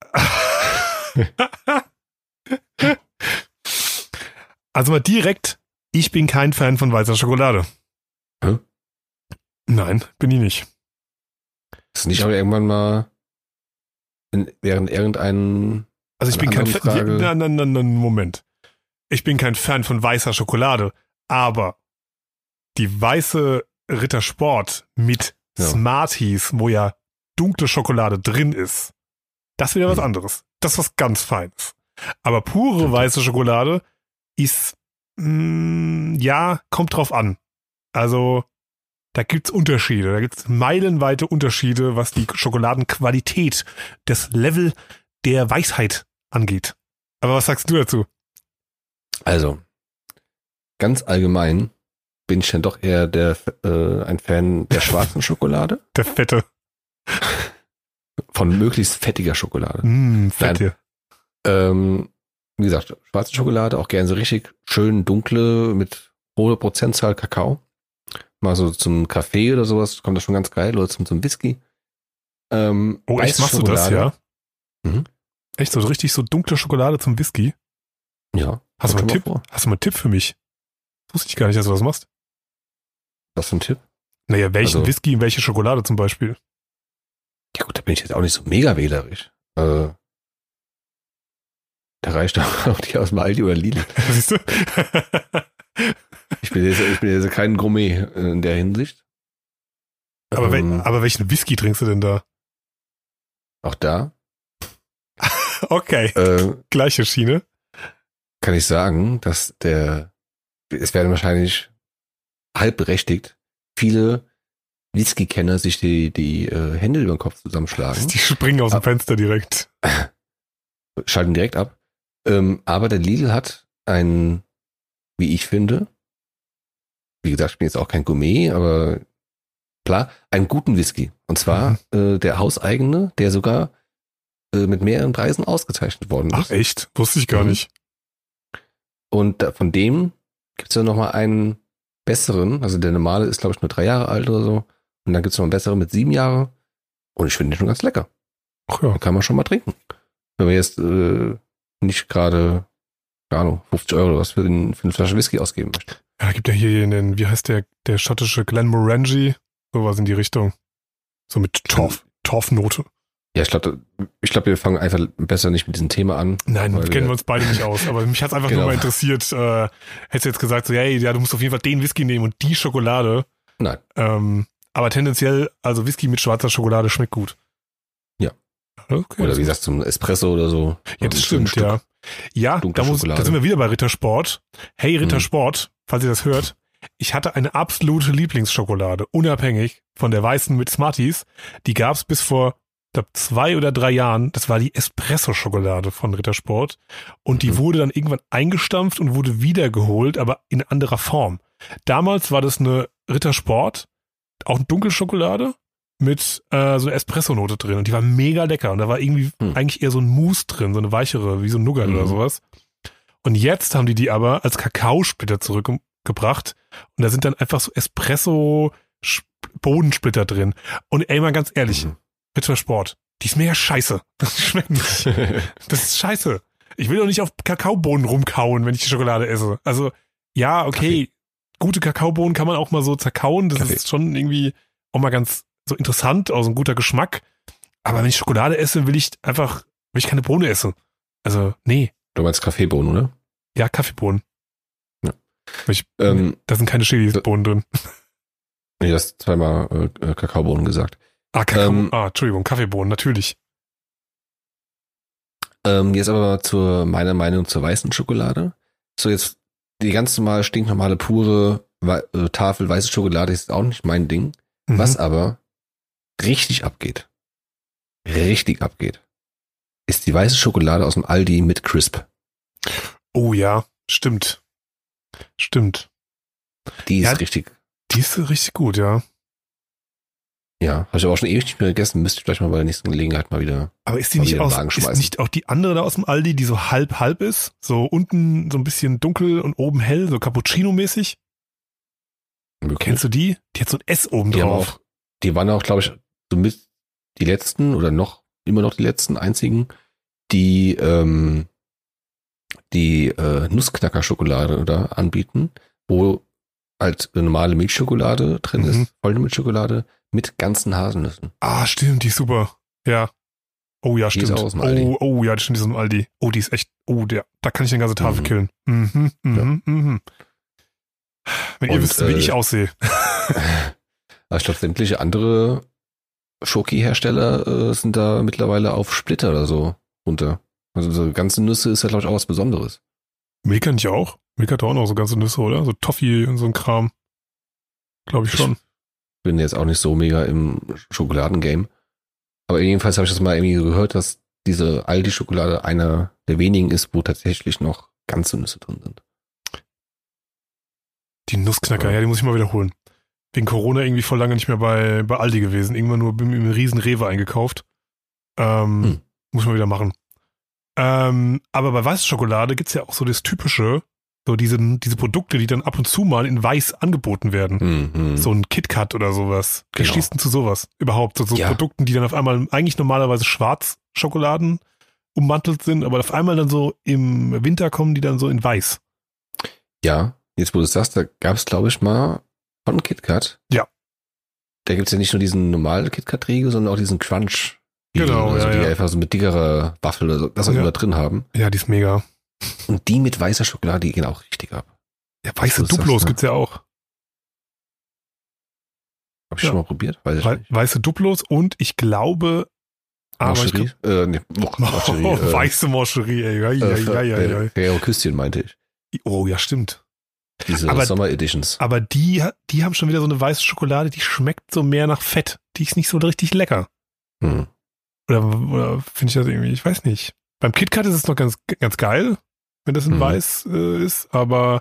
Also mal direkt, ich bin kein Fan von weißer Schokolade. Hä? Nein, bin ich nicht. Ist nicht aber irgendwann mal während irgendeinen Also ich bin kein Fan. Frage. Nein, Moment. Ich bin kein Fan von weißer Schokolade, aber die weiße Rittersport mit Smarties, wo ja dunkle Schokolade drin ist, das ist wieder was anderes. Das ist was ganz Feines. Aber pure weiße Schokolade ist, ja, kommt drauf an. Also, Da gibt's Unterschiede. Da gibt's meilenweite Unterschiede, was die Schokoladenqualität, das Level der Weisheit angeht. Aber was sagst du dazu? Also, ganz allgemein bin ich dann doch eher ein Fan der schwarzen Schokolade. Der Fette. Von möglichst fettiger Schokolade. Fette. Wie gesagt, schwarze Schokolade, auch gerne so richtig schön dunkle mit hoher Prozentzahl Kakao. Mal so zum Kaffee oder sowas, kommt das schon ganz geil. Oder zum Whisky. Echt, machst du das, ja? Mhm. Echt so richtig so dunkle Schokolade zum Whisky? Ja. Hast du mal einen Tipp für mich? Wusste ich gar nicht, dass du das machst. Was für ein Tipp? Naja, welchen Whisky und welche Schokolade zum Beispiel? Ja gut, da bin ich jetzt auch nicht so mega wählerisch. Da reicht auch die aus dem Aldi oder Lidl. Siehst du? Ich bin jetzt kein Gourmet in der Hinsicht. Aber welchen Whisky trinkst du denn da? Auch da. Okay, gleiche Schiene. Kann ich sagen, dass es werden wahrscheinlich halb berechtigt, viele Whisky-Kenner sich die Hände über den Kopf zusammenschlagen. Die springen aus dem Fenster direkt. Schalten direkt ab. Aber der Lidl hat einen, wie ich finde, wie gesagt, ich bin jetzt auch kein Gourmet, aber klar, einen guten Whisky. Und zwar der hauseigene, der sogar mit mehreren Preisen ausgezeichnet worden ist. Ach echt? Wusste ich gar nicht. Und von dem gibt es ja nochmal einen besseren, also der normale ist glaube ich nur 3 Jahre alt oder so. Und dann gibt es noch einen besseren mit 7 Jahren. Und ich finde den schon ganz lecker. Ach ja. Den kann man schon mal trinken. Wenn man jetzt nicht gerade, keine Ahnung, 50 € oder was für eine Flasche Whisky ausgeben möchte. Ja, gibt ja hier wie heißt der schottische Glenmorangie? Sowas in die Richtung. So mit Torfnote. Ja, ich glaube, wir fangen einfach besser nicht mit diesem Thema an. Nein, kennen wir uns beide nicht aus. Aber mich hat's einfach nur mal interessiert. Hättest du jetzt gesagt, so, hey, ja, du musst auf jeden Fall den Whisky nehmen und die Schokolade. Nein. Aber tendenziell, also Whisky mit schwarzer Schokolade schmeckt gut. Ja. Okay, oder wie gesagt, zum Espresso oder so. Ja, das stimmt, ja. Ja, da sind wir wieder bei Rittersport. Hey, Rittersport, falls ihr das hört. Ich hatte eine absolute Lieblingsschokolade, unabhängig von der weißen mit Smarties. Die gab's bis vor, ich glaube, 2 oder 3 Jahren. Das war die Espresso-Schokolade von Rittersport. Und die wurde dann irgendwann eingestampft und wurde wiedergeholt, aber in anderer Form. Damals war das eine Rittersport, auch eine Dunkelschokolade mit so einer Espresso-Note drin. Und die war mega lecker. Und da war irgendwie eigentlich eher so ein Mousse drin, so eine weichere, wie so ein Nougat oder sowas. Und jetzt haben die aber als Kakaosplitter zurückgebracht. Und da sind dann einfach so Espresso-Bodensplitter drin. Und ey, mal ganz ehrlich, Rittersport, die ist mega scheiße. Das schmeckt nicht. Das ist scheiße. Ich will doch nicht auf Kakaobohnen rumkauen, wenn ich die Schokolade esse. Also, ja, okay, gute Kakaobohnen kann man auch mal so zerkauen. Das ist schon irgendwie auch mal ganz so interessant, auch so ein guter Geschmack. Aber wenn ich Schokolade esse, will ich keine Bohne essen. Also, nee. Du meinst Kaffeebohnen, oder? Ja, Kaffeebohnen. Ja. Da sind keine Chili-Bohnen drin. Nee, du hast zweimal Kakaobohnen gesagt. Entschuldigung, Kaffeebohnen, natürlich. Jetzt aber mal zu meiner Meinung zur weißen Schokolade. So, jetzt die ganz normale, stinknormale, pure Tafel weiße Schokolade ist auch nicht mein Ding. Was aber richtig abgeht, ist die weiße Schokolade aus dem Aldi mit Crisp. Oh ja, stimmt. Die ist richtig. Die ist richtig gut, ja. Ja, habe ich aber auch schon ewig nicht mehr gegessen. Müsste ich vielleicht mal bei der nächsten Gelegenheit mal wieder. Aber ist die nicht ist nicht auch die andere da aus dem Aldi, die so halb ist? So unten so ein bisschen dunkel und oben hell, so Cappuccino-mäßig? Möglich. Kennst du die? Die hat so ein S oben drauf. Die waren auch, glaube ich, so mit die letzten oder immer noch die letzten einzigen, die Nussknacker-Schokolade da anbieten, wo halt eine normale Milchschokolade drin ist, volle Milchschokolade mit ganzen Haselnüssen. Ah, stimmt, die ist super. Ja. Oh ja, stimmt. Die ist auch aus dem Aldi. Oh ja, stimmt, die ist aus dem Aldi. Oh, die ist echt, da kann ich eine ganze Tafel killen. Wenn ihr wisst, wie ich aussehe. Ich glaube, sämtliche andere Schoki-Hersteller sind da mittlerweile auf Splitter oder so runter. Also so ganze Nüsse ist ja, glaube ich, auch was Besonderes. Milka nicht auch? Milka hat auch noch so ganze Nüsse, oder? So Toffee und so ein Kram. Glaube ich schon. bin jetzt auch nicht so mega im Schokoladengame. Aber jedenfalls habe ich das mal irgendwie gehört, dass diese Aldi-Schokolade einer der wenigen ist, wo tatsächlich noch ganze Nüsse drin sind. Die Nussknacker, ja, die muss ich mal wiederholen. Wegen Corona irgendwie vor lange nicht mehr bei Aldi gewesen. Irgendwann nur im riesen Rewe eingekauft. Muss man wieder machen. Aber bei weißer Schokolade gibt's ja auch so das Typische, so diese Produkte, die dann ab und zu mal in weiß angeboten werden. So ein KitKat oder sowas. Wie Genau. stehst du zu sowas überhaupt? So Ja. Produkten, die dann auf einmal eigentlich normalerweise Schwarzschokoladen ummantelt sind, aber auf einmal dann so im Winter kommen die dann so in weiß. Ja, jetzt wo du es sagst, da gab es, glaube ich, mal von KitKat. Ja. Da gibt's ja nicht nur diesen normalen KitKat-Riegel, sondern auch diesen Crunch. Genau, also ja, die ja. einfach so mit dickerer Waffel oder so, das auch Ja. immer drin haben. Ja, die ist mega. Und die mit weißer Schokolade, die gehen auch richtig ab. Ja, weiße So ist das, Duplos ne? gibt's ja auch. Hab ich Ja. schon mal probiert? Weiß ich nicht. Weiße Duplos und ich glaube, aber ich Mancherie? Nee, Mancherie, weiße Mancherie, ey. Ja. Ferrero Küsschen meinte ich. Oh, ja, stimmt. Diese Aber- Sommer Editions. Aber die haben schon wieder so eine weiße Schokolade, die schmeckt so mehr nach Fett. Die ist nicht so richtig lecker. Oder finde ich das irgendwie, ich weiß nicht. Beim KitKat ist es noch ganz, ganz geil, wenn das in weiß ist, aber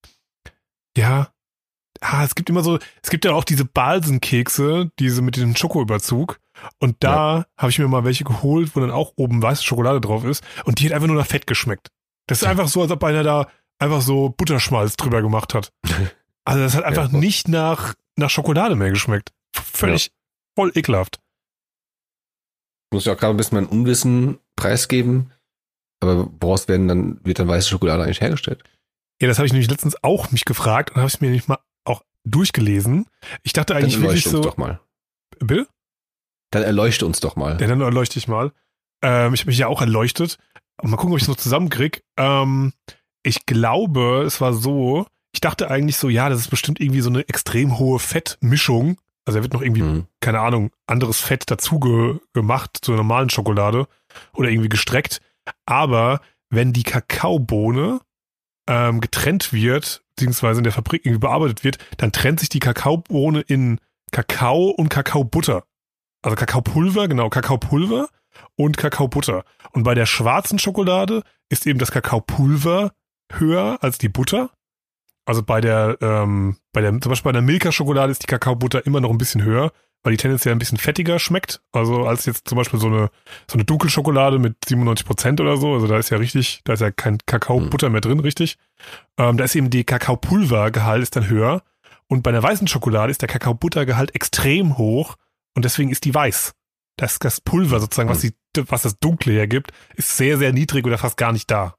ja, es gibt ja auch diese Balsenkekse, diese mit dem Schokoüberzug. Und da habe ich mir mal welche geholt, wo dann auch oben weiße Schokolade drauf ist. Und die hat einfach nur nach Fett geschmeckt. Das ist einfach so, als ob einer da einfach so Butterschmalz drüber gemacht hat. Also das hat einfach nicht nach Schokolade mehr geschmeckt. Völlig voll ekelhaft. Muss ich auch gerade ein bisschen mein Unwissen preisgeben. Aber woraus wird dann weiße Schokolade eigentlich hergestellt? Ja, das habe ich nämlich letztens auch mich gefragt und habe es mir nicht mal auch durchgelesen. Ich dachte eigentlich Dann wirklich erleuchte uns so. doch mal. Bitte? Dann erleuchte uns doch mal. Ja, dann erleuchte ich mal. Ich habe mich ja auch erleuchtet. Mal gucken, ob ich es noch zusammenkrieg. Ich glaube, es war so, ich dachte eigentlich so, ja, das ist bestimmt irgendwie so eine extrem hohe Fettmischung. Also da wird noch irgendwie, keine Ahnung, anderes Fett dazu gemacht zur normalen Schokolade oder irgendwie gestreckt. Aber wenn die Kakaobohne getrennt wird, beziehungsweise in der Fabrik irgendwie bearbeitet wird, dann trennt sich die Kakaobohne in Kakao und Kakaobutter. Also Kakaopulver, genau, Kakaopulver und Kakaobutter. Und bei der schwarzen Schokolade ist eben das Kakaopulver höher als die Butter. Also zum Beispiel bei der Milka-Schokolade ist die Kakaobutter immer noch ein bisschen höher, weil die tendenziell ein bisschen fettiger schmeckt. Also als jetzt zum Beispiel so eine Dunkelschokolade mit 97% oder so. Also da ist ja kein Kakaobutter mehr drin, richtig. Da ist eben die Kakaopulvergehalt ist dann höher. Und bei einer weißen Schokolade ist der Kakaobuttergehalt extrem hoch und deswegen ist die weiß. Das Pulver sozusagen, was das Dunkle hergibt, ist sehr, sehr niedrig oder fast gar nicht da.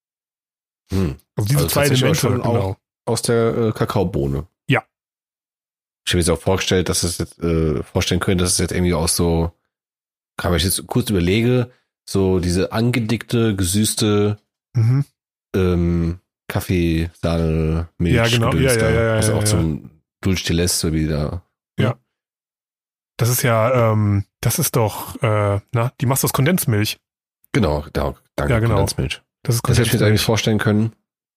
Also diese zwei Elemente, schon genau. auch aus der Kakaobohne. Ja. Ich habe jetzt auch vorstellen können, dass es jetzt irgendwie auch so, kann man jetzt kurz überlege, so diese angedickte, gesüßte Kaffee, Sahne, Milch, Ja, genau. Gedöns da, Ja, was ja, auch ja. zum Dulce de Leche so wie da. Ja. Das ist ja, das ist doch, die machst du aus Kondensmilch. Genau, danke. Ja, genau. Kondensmilch. Das ist Das hätte ich mir jetzt eigentlich Kondensmilch. vorstellen können.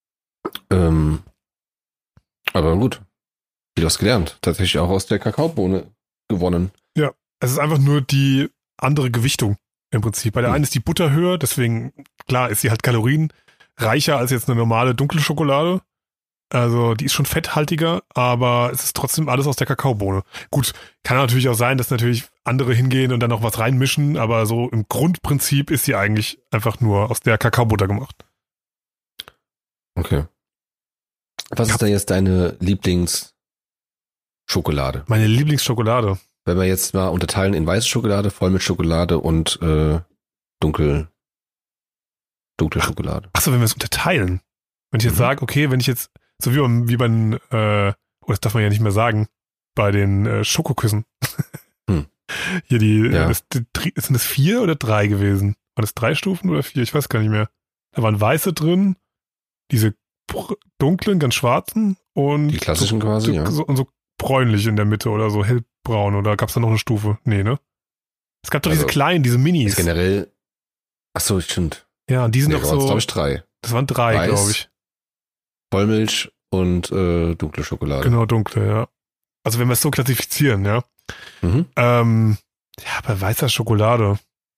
Aber gut. Viel was gelernt. Tatsächlich auch aus der Kakaobohne gewonnen. Es ist einfach nur die andere Gewichtung im Prinzip. Bei der einen ist die Butter höher, deswegen, klar, ist sie halt kalorienreicher als jetzt eine normale dunkle Schokolade. Also die ist schon fetthaltiger, aber es ist trotzdem alles aus der Kakaobohne. Gut, kann natürlich auch sein, dass natürlich andere hingehen und dann noch was reinmischen, aber so im Grundprinzip ist sie eigentlich einfach nur aus der Kakaobutter gemacht. Okay. Was ist denn jetzt deine Lieblingsschokolade? Meine Lieblingsschokolade. Wenn wir jetzt mal unterteilen in weiße Schokolade, Vollmilchschokolade und dunkle Schokolade. Achso, wenn wir es unterteilen. Wenn ich jetzt sage, okay, wenn ich jetzt, so wie beim, das darf man ja nicht mehr sagen, bei den Schokoküssen. Hier sind das 4 oder 3 gewesen? Waren das 3 Stufen oder 4? Ich weiß gar nicht mehr. Da waren weiße drin, diese dunklen, ganz schwarzen und Die klassischen quasi, ja. und so bräunlich in der Mitte oder so hellbraun oder gab es da noch eine Stufe? Nee, ne? Es gab doch diese Also, kleinen, diese Minis. Generell, achso, stimmt. Ja, und die sind Nee, doch da waren es, so, glaube ich, 3. das waren 3, Weiß. glaube ich. Vollmilch und dunkle Schokolade. Genau, dunkle, ja. Also wenn wir es so klassifizieren, ja. Mhm. Ja, bei weißer Schokolade.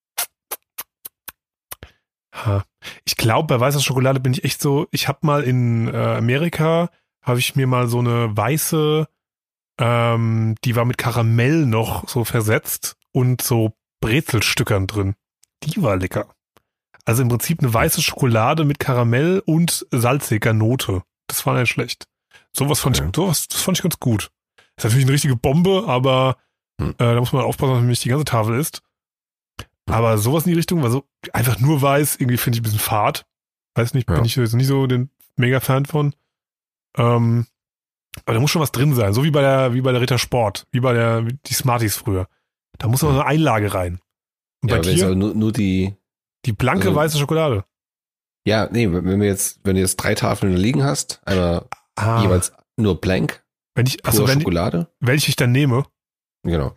Ich glaube, bei weißer Schokolade bin ich echt so, ich habe mal in Amerika, habe ich mir mal so eine weiße, die war mit Karamell noch so versetzt und so Brezelstückern drin. Die war lecker. Also im Prinzip eine weiße Schokolade mit Karamell und salziger Note. Das war nicht schlecht. Das fand ich ganz gut. Ist natürlich eine richtige Bombe, aber da muss man aufpassen, dass man nicht die ganze Tafel isst. Aber sowas in die Richtung, weil so einfach nur weiß, irgendwie finde ich ein bisschen fad. Weiß nicht, bin ich jetzt nicht so den Mega-Fan von. Aber da muss schon was drin sein, so wie bei der Ritter Sport, die Smarties früher. Da muss noch eine Einlage rein. Und Ja, bei aber wenn es dir aber nur die, die blanke weiße Schokolade. ja, nee, wenn du jetzt 3 Tafeln liegen hast, einmal jeweils nur blank, wenn Schokolade. welche ich dann nehme. Genau.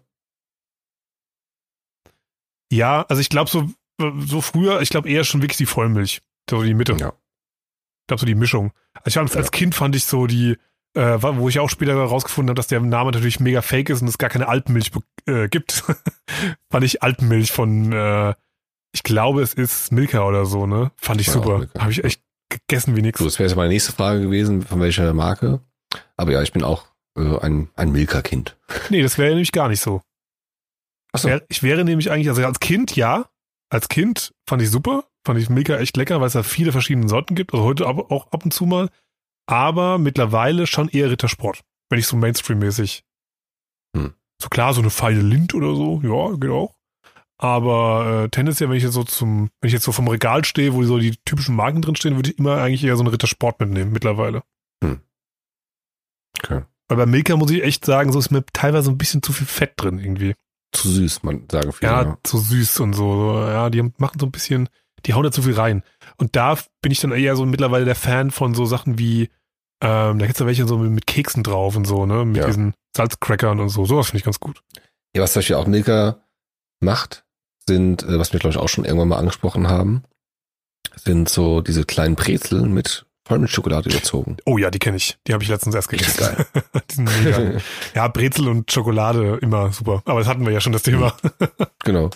Ja, also ich glaube so früher, ich glaube eher schon wirklich die Vollmilch. So die Mitte. Ja. Ich glaube so die Mischung. Also als Kind fand ich so die, wo ich auch später herausgefunden habe, dass der Name natürlich mega fake ist und es gar keine Alpenmilch gibt. Fand ich Alpenmilch von, ich glaube es ist Milka oder so, ne? Fand ich Ja, super. Habe ich echt gegessen wie nix. So, das wäre jetzt meine nächste Frage gewesen, von welcher Marke. Aber ja, ich bin auch ein Milka-Kind. Nee, das wäre nämlich gar nicht so. Achso. Ich wäre nämlich eigentlich, also als Kind, ja. Als Kind fand ich super. Fand ich Milka echt lecker, weil es da viele verschiedene Sorten gibt. Also heute auch ab und zu mal. Aber mittlerweile schon eher Rittersport. Wenn ich so Mainstream-mäßig. So klar, so eine feine Lind oder so. Ja, geht auch. Aber tendenziell, wenn ich jetzt so vom Regal stehe, wo so die typischen Marken drin stehen, würde ich immer eigentlich eher so einen Rittersport mitnehmen mittlerweile. Okay. Weil bei Milka muss ich echt sagen, so ist mir teilweise ein bisschen zu viel Fett drin irgendwie. Zu süß, man sagen viele. Ja, zu süß und so. Ja, die machen so ein bisschen, die hauen da zu viel rein. Und da bin ich dann eher so mittlerweile der Fan von so Sachen wie, da gibt's ja welche so mit Keksen drauf und so, ne? Mit diesen Salzcrackern und so. Sowas finde ich ganz gut. Ja, was zum Beispiel auch Milka macht, sind, was wir glaube ich auch schon irgendwann mal angesprochen haben, sind so diese kleinen Brezel mit Vollmilchschokolade überzogen. Oh ja, die kenne ich. Die habe ich letztens erst gegessen. Geil. Die sind mega. Ja, Brezel und Schokolade immer super. Aber das hatten wir ja schon, das Thema. Genau.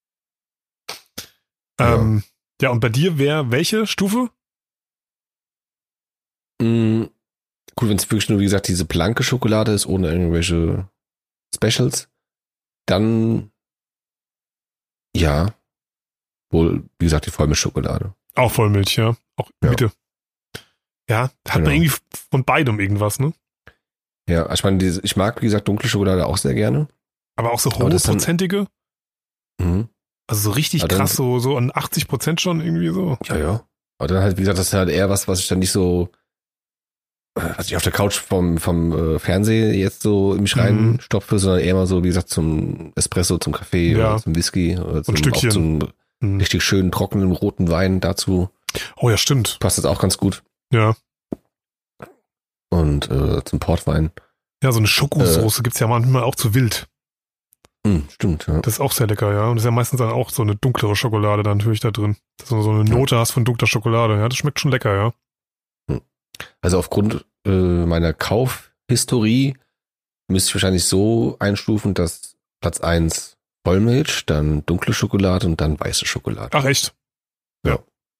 Ja, und bei dir wäre welche Stufe? Gut, wenn es wirklich nur, wie gesagt, diese blanke Schokolade ist, ohne irgendwelche Specials, dann ja, wohl, wie gesagt, die Vollmilchschokolade. Auch Vollmilch, ja. Auch Ja. Mitte. Ja, hat man irgendwie von beidem irgendwas, ne? Ja, ich meine, ich mag, wie gesagt, dunkle Schokolade auch sehr gerne. Aber auch so Aber das dann- hochprozentige. Mhm. Also so richtig Aber dann- krass, so an 80% schon irgendwie so. Ja. Aber dann halt, wie gesagt, das ist halt eher was ich dann nicht so, was ich auf der Couch vom Fernseher jetzt so in mich reinstopfe, sondern eher mal so, wie gesagt, zum Espresso, zum Kaffee Ja. oder zum Whisky oder ein Stückchen. auch zum richtig schönen, trockenen, roten Wein dazu. Oh ja, stimmt. Passt das auch ganz gut. Ja. Und zum Portwein. Ja, so eine Schokosoße gibt's ja manchmal auch zu wild. Stimmt, ja. Das ist auch sehr lecker, ja. Und das ist ja meistens dann auch so eine dunklere Schokolade dann natürlich da drin. Dass du so eine Note hast von dunkler Schokolade. Ja, das schmeckt schon lecker, ja. Also aufgrund meiner Kaufhistorie müsste ich wahrscheinlich so einstufen, dass Platz 1 Vollmilch, dann dunkle Schokolade und dann weiße Schokolade. Ach, echt? Ja.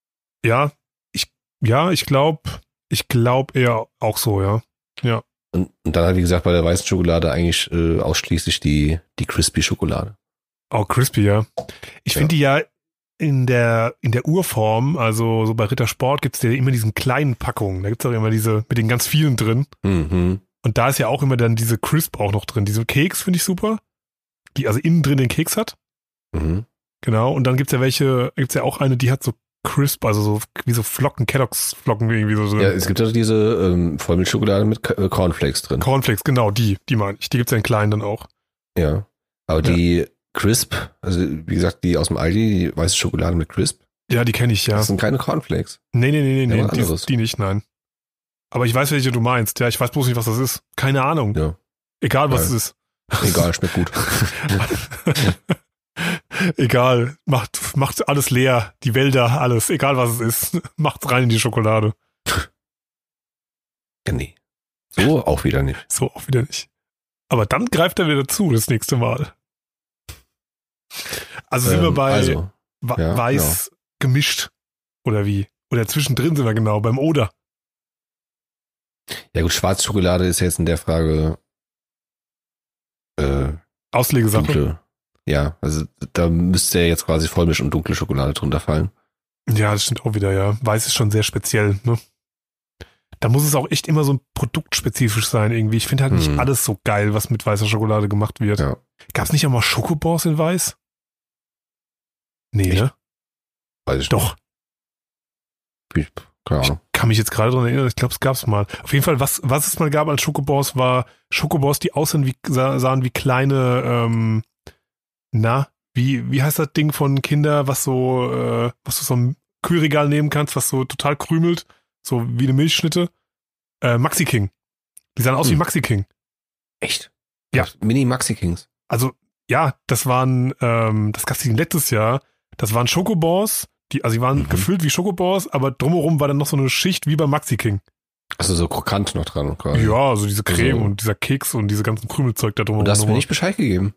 Ich glaube eher auch so, ja. Ja. Und dann halt, wie gesagt, bei der weißen Schokolade eigentlich ausschließlich die Crispy-Schokolade. Auch crispy, ja. Ich Ja. finde die ja in der Urform, also so bei Rittersport gibt's ja immer diesen kleinen Packungen. Da gibt's auch immer diese mit den ganz vielen drin. Mhm. Und da ist ja auch immer dann diese Crisp auch noch drin. Diese Keks finde ich super. Die also innen drin den Keks hat. Mhm. Genau. Und dann gibt's ja auch eine, die hat so Crisp, also so wie so Flocken, Kellogg's Flocken irgendwie so drin. Ja, es gibt also diese Vollmilchschokolade mit Cornflakes drin. Cornflakes, genau, die meine ich. Die gibt's ja in kleinen dann auch. Ja. Aber die Crisp, also wie gesagt, die aus dem Aldi, die weiße Schokolade mit Crisp, Ja, die kenne ich, ja. das sind keine Cornflakes. Nee, Ja, was anderes. die nicht, nein. Aber ich weiß, welche du meinst. Ja, ich weiß bloß nicht, was das ist. Keine Ahnung. Ja. Egal, was Geil. es ist. Egal, schmeckt gut. Egal. Macht alles leer. Die Wälder, alles. Egal, was es ist. Macht's rein in die Schokolade. Ja, nee. So auch wieder nicht. So auch wieder nicht. Aber dann greift er wieder zu das nächste Mal. Also sind wir bei weiß gemischt. Oder wie? Oder zwischendrin sind wir genau, beim Oder. Ja gut, Schwarzschokolade ist jetzt in der Frage Auslegesache. dunkle. Ja, also da müsste ja jetzt quasi Vollmilch und dunkle Schokolade drunter fallen. Ja, das stimmt auch wieder, ja. Weiß ist schon sehr speziell, ne? Da muss es auch echt immer so ein produktspezifisch sein irgendwie. Ich finde halt nicht alles so geil, was mit weißer Schokolade gemacht wird. Ja. Gab es nicht auch mal Schokobons in weiß? Nee, Echt? ne? Weiß ich Doch. nicht. Keine Ahnung. Kann mich jetzt gerade dran erinnern, ich glaube, es gab's mal. Auf jeden Fall, was es mal gab als Schokobons, war Schokobons, die sahen wie kleine, wie heißt das Ding von Kinder, was du so im Kühlregal nehmen kannst, was so total krümelt, so wie eine Milchschnitte? Maxi King. Die sahen aus wie Maxi King. Echt? Ja. Mini Maxi Kings. Also, ja, das waren, das gab's letztes Jahr, das waren Schokobons, die waren gefüllt wie Schokobons, aber drumherum war dann noch so eine Schicht wie bei Maxi King. Also so krokant noch dran quasi. Ja, also diese Creme und dieser Keks und diese ganzen Krümelzeug da drumherum. Und da hast du mir nicht Bescheid gegeben.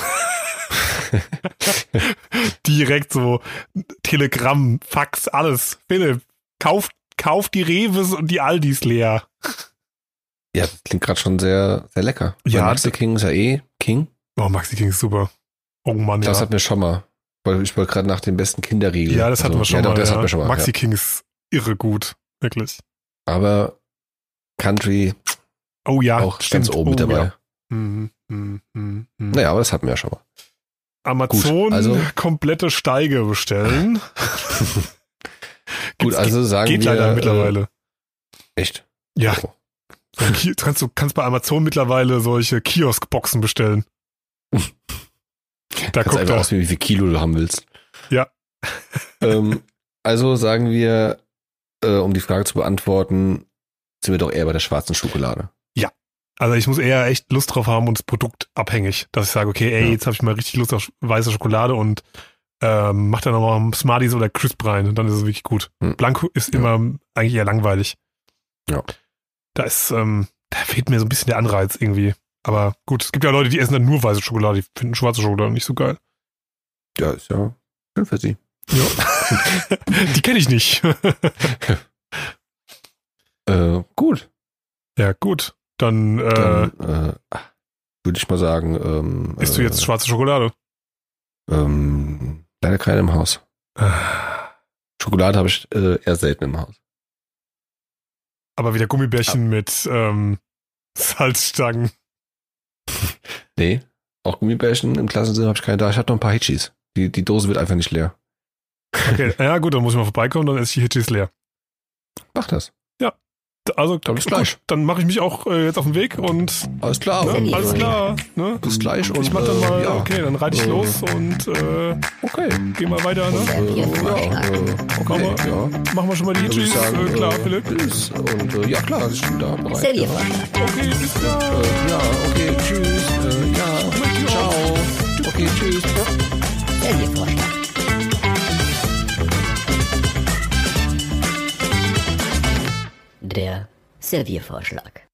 Direkt so Telegramm, Fax, alles. Philipp, kauf die Reves und die Aldis leer. Ja, das klingt gerade schon sehr, sehr lecker. Ja. Weil Maxi King ist ja King. Oh, Maxi King ist super. Oh Mann, Das ja. hatten wir schon mal. Ich wollte gerade nach dem besten Kinderriegel. Ja, das hatten wir schon ja, mal. Doch, das ja. hatten wir schon mal. Maxi Ja. King ist irre gut. Wirklich. Aber Country Oh ja, auch stimmt. ganz oben mit dabei. Ja. Naja, aber das hatten wir ja schon mal. Amazon Gut, also- komplette Steige bestellen. Gut, also sagen Geht wir. leider mittlerweile. Echt? Ja. Oh. Du kannst bei Amazon mittlerweile solche Kioskboxen bestellen. Da Kannst guckt einfach er. auswählen, wie viel Kilo du haben willst. Ja. Also sagen wir, um die Frage zu beantworten, sind wir doch eher bei der schwarzen Schokolade. Also ich muss eher echt Lust drauf haben und das Produkt abhängig, dass ich sage, okay, ey, Ja. jetzt habe ich mal richtig Lust auf weiße Schokolade und mach dann nochmal Smarties oder Crisp rein und dann ist es wirklich gut. Blanco ist immer eigentlich eher langweilig. Ja. Da fehlt mir so ein bisschen der Anreiz irgendwie. Aber gut, es gibt ja Leute, die essen dann nur weiße Schokolade, die finden schwarze Schokolade nicht so geil. Ja, ist ja schön für sie. Ja. Die kenne ich nicht. Gut. Ja, gut. Dann, Dann würde ich mal sagen, isst du jetzt schwarze Schokolade? leider keine im Haus. Schokolade habe ich eher selten im Haus. Aber wieder Gummibärchen mit Salzstangen. Nee, auch Gummibärchen im Klassenzimmer habe ich keine da. Ich habe noch ein paar Hitchis. Die Dose wird einfach nicht leer. Okay, ja gut, dann muss ich mal vorbeikommen, dann esse ich die Hitchis leer. Mach das. Also, Dann bis gleich. gut, dann mache ich mich auch jetzt auf den Weg und Alles klar. ne, alles klar. Ne? Bis gleich. Und Ich mach dann mal, ja. okay, dann reite ich los und Okay. geh mal weiter. Ne? Okay, ja. Machen wir schon mal die Dann würde ich Hitchis. sagen, Klar, Philipp. Bis. Und ja, klar, ich bin da bereit. Serviervorschlag. Okay, bis klar. Ja, okay, tschüss. Ja, ciao. Okay, tschüss. Serviervorschlag. Der Serviervorschlag.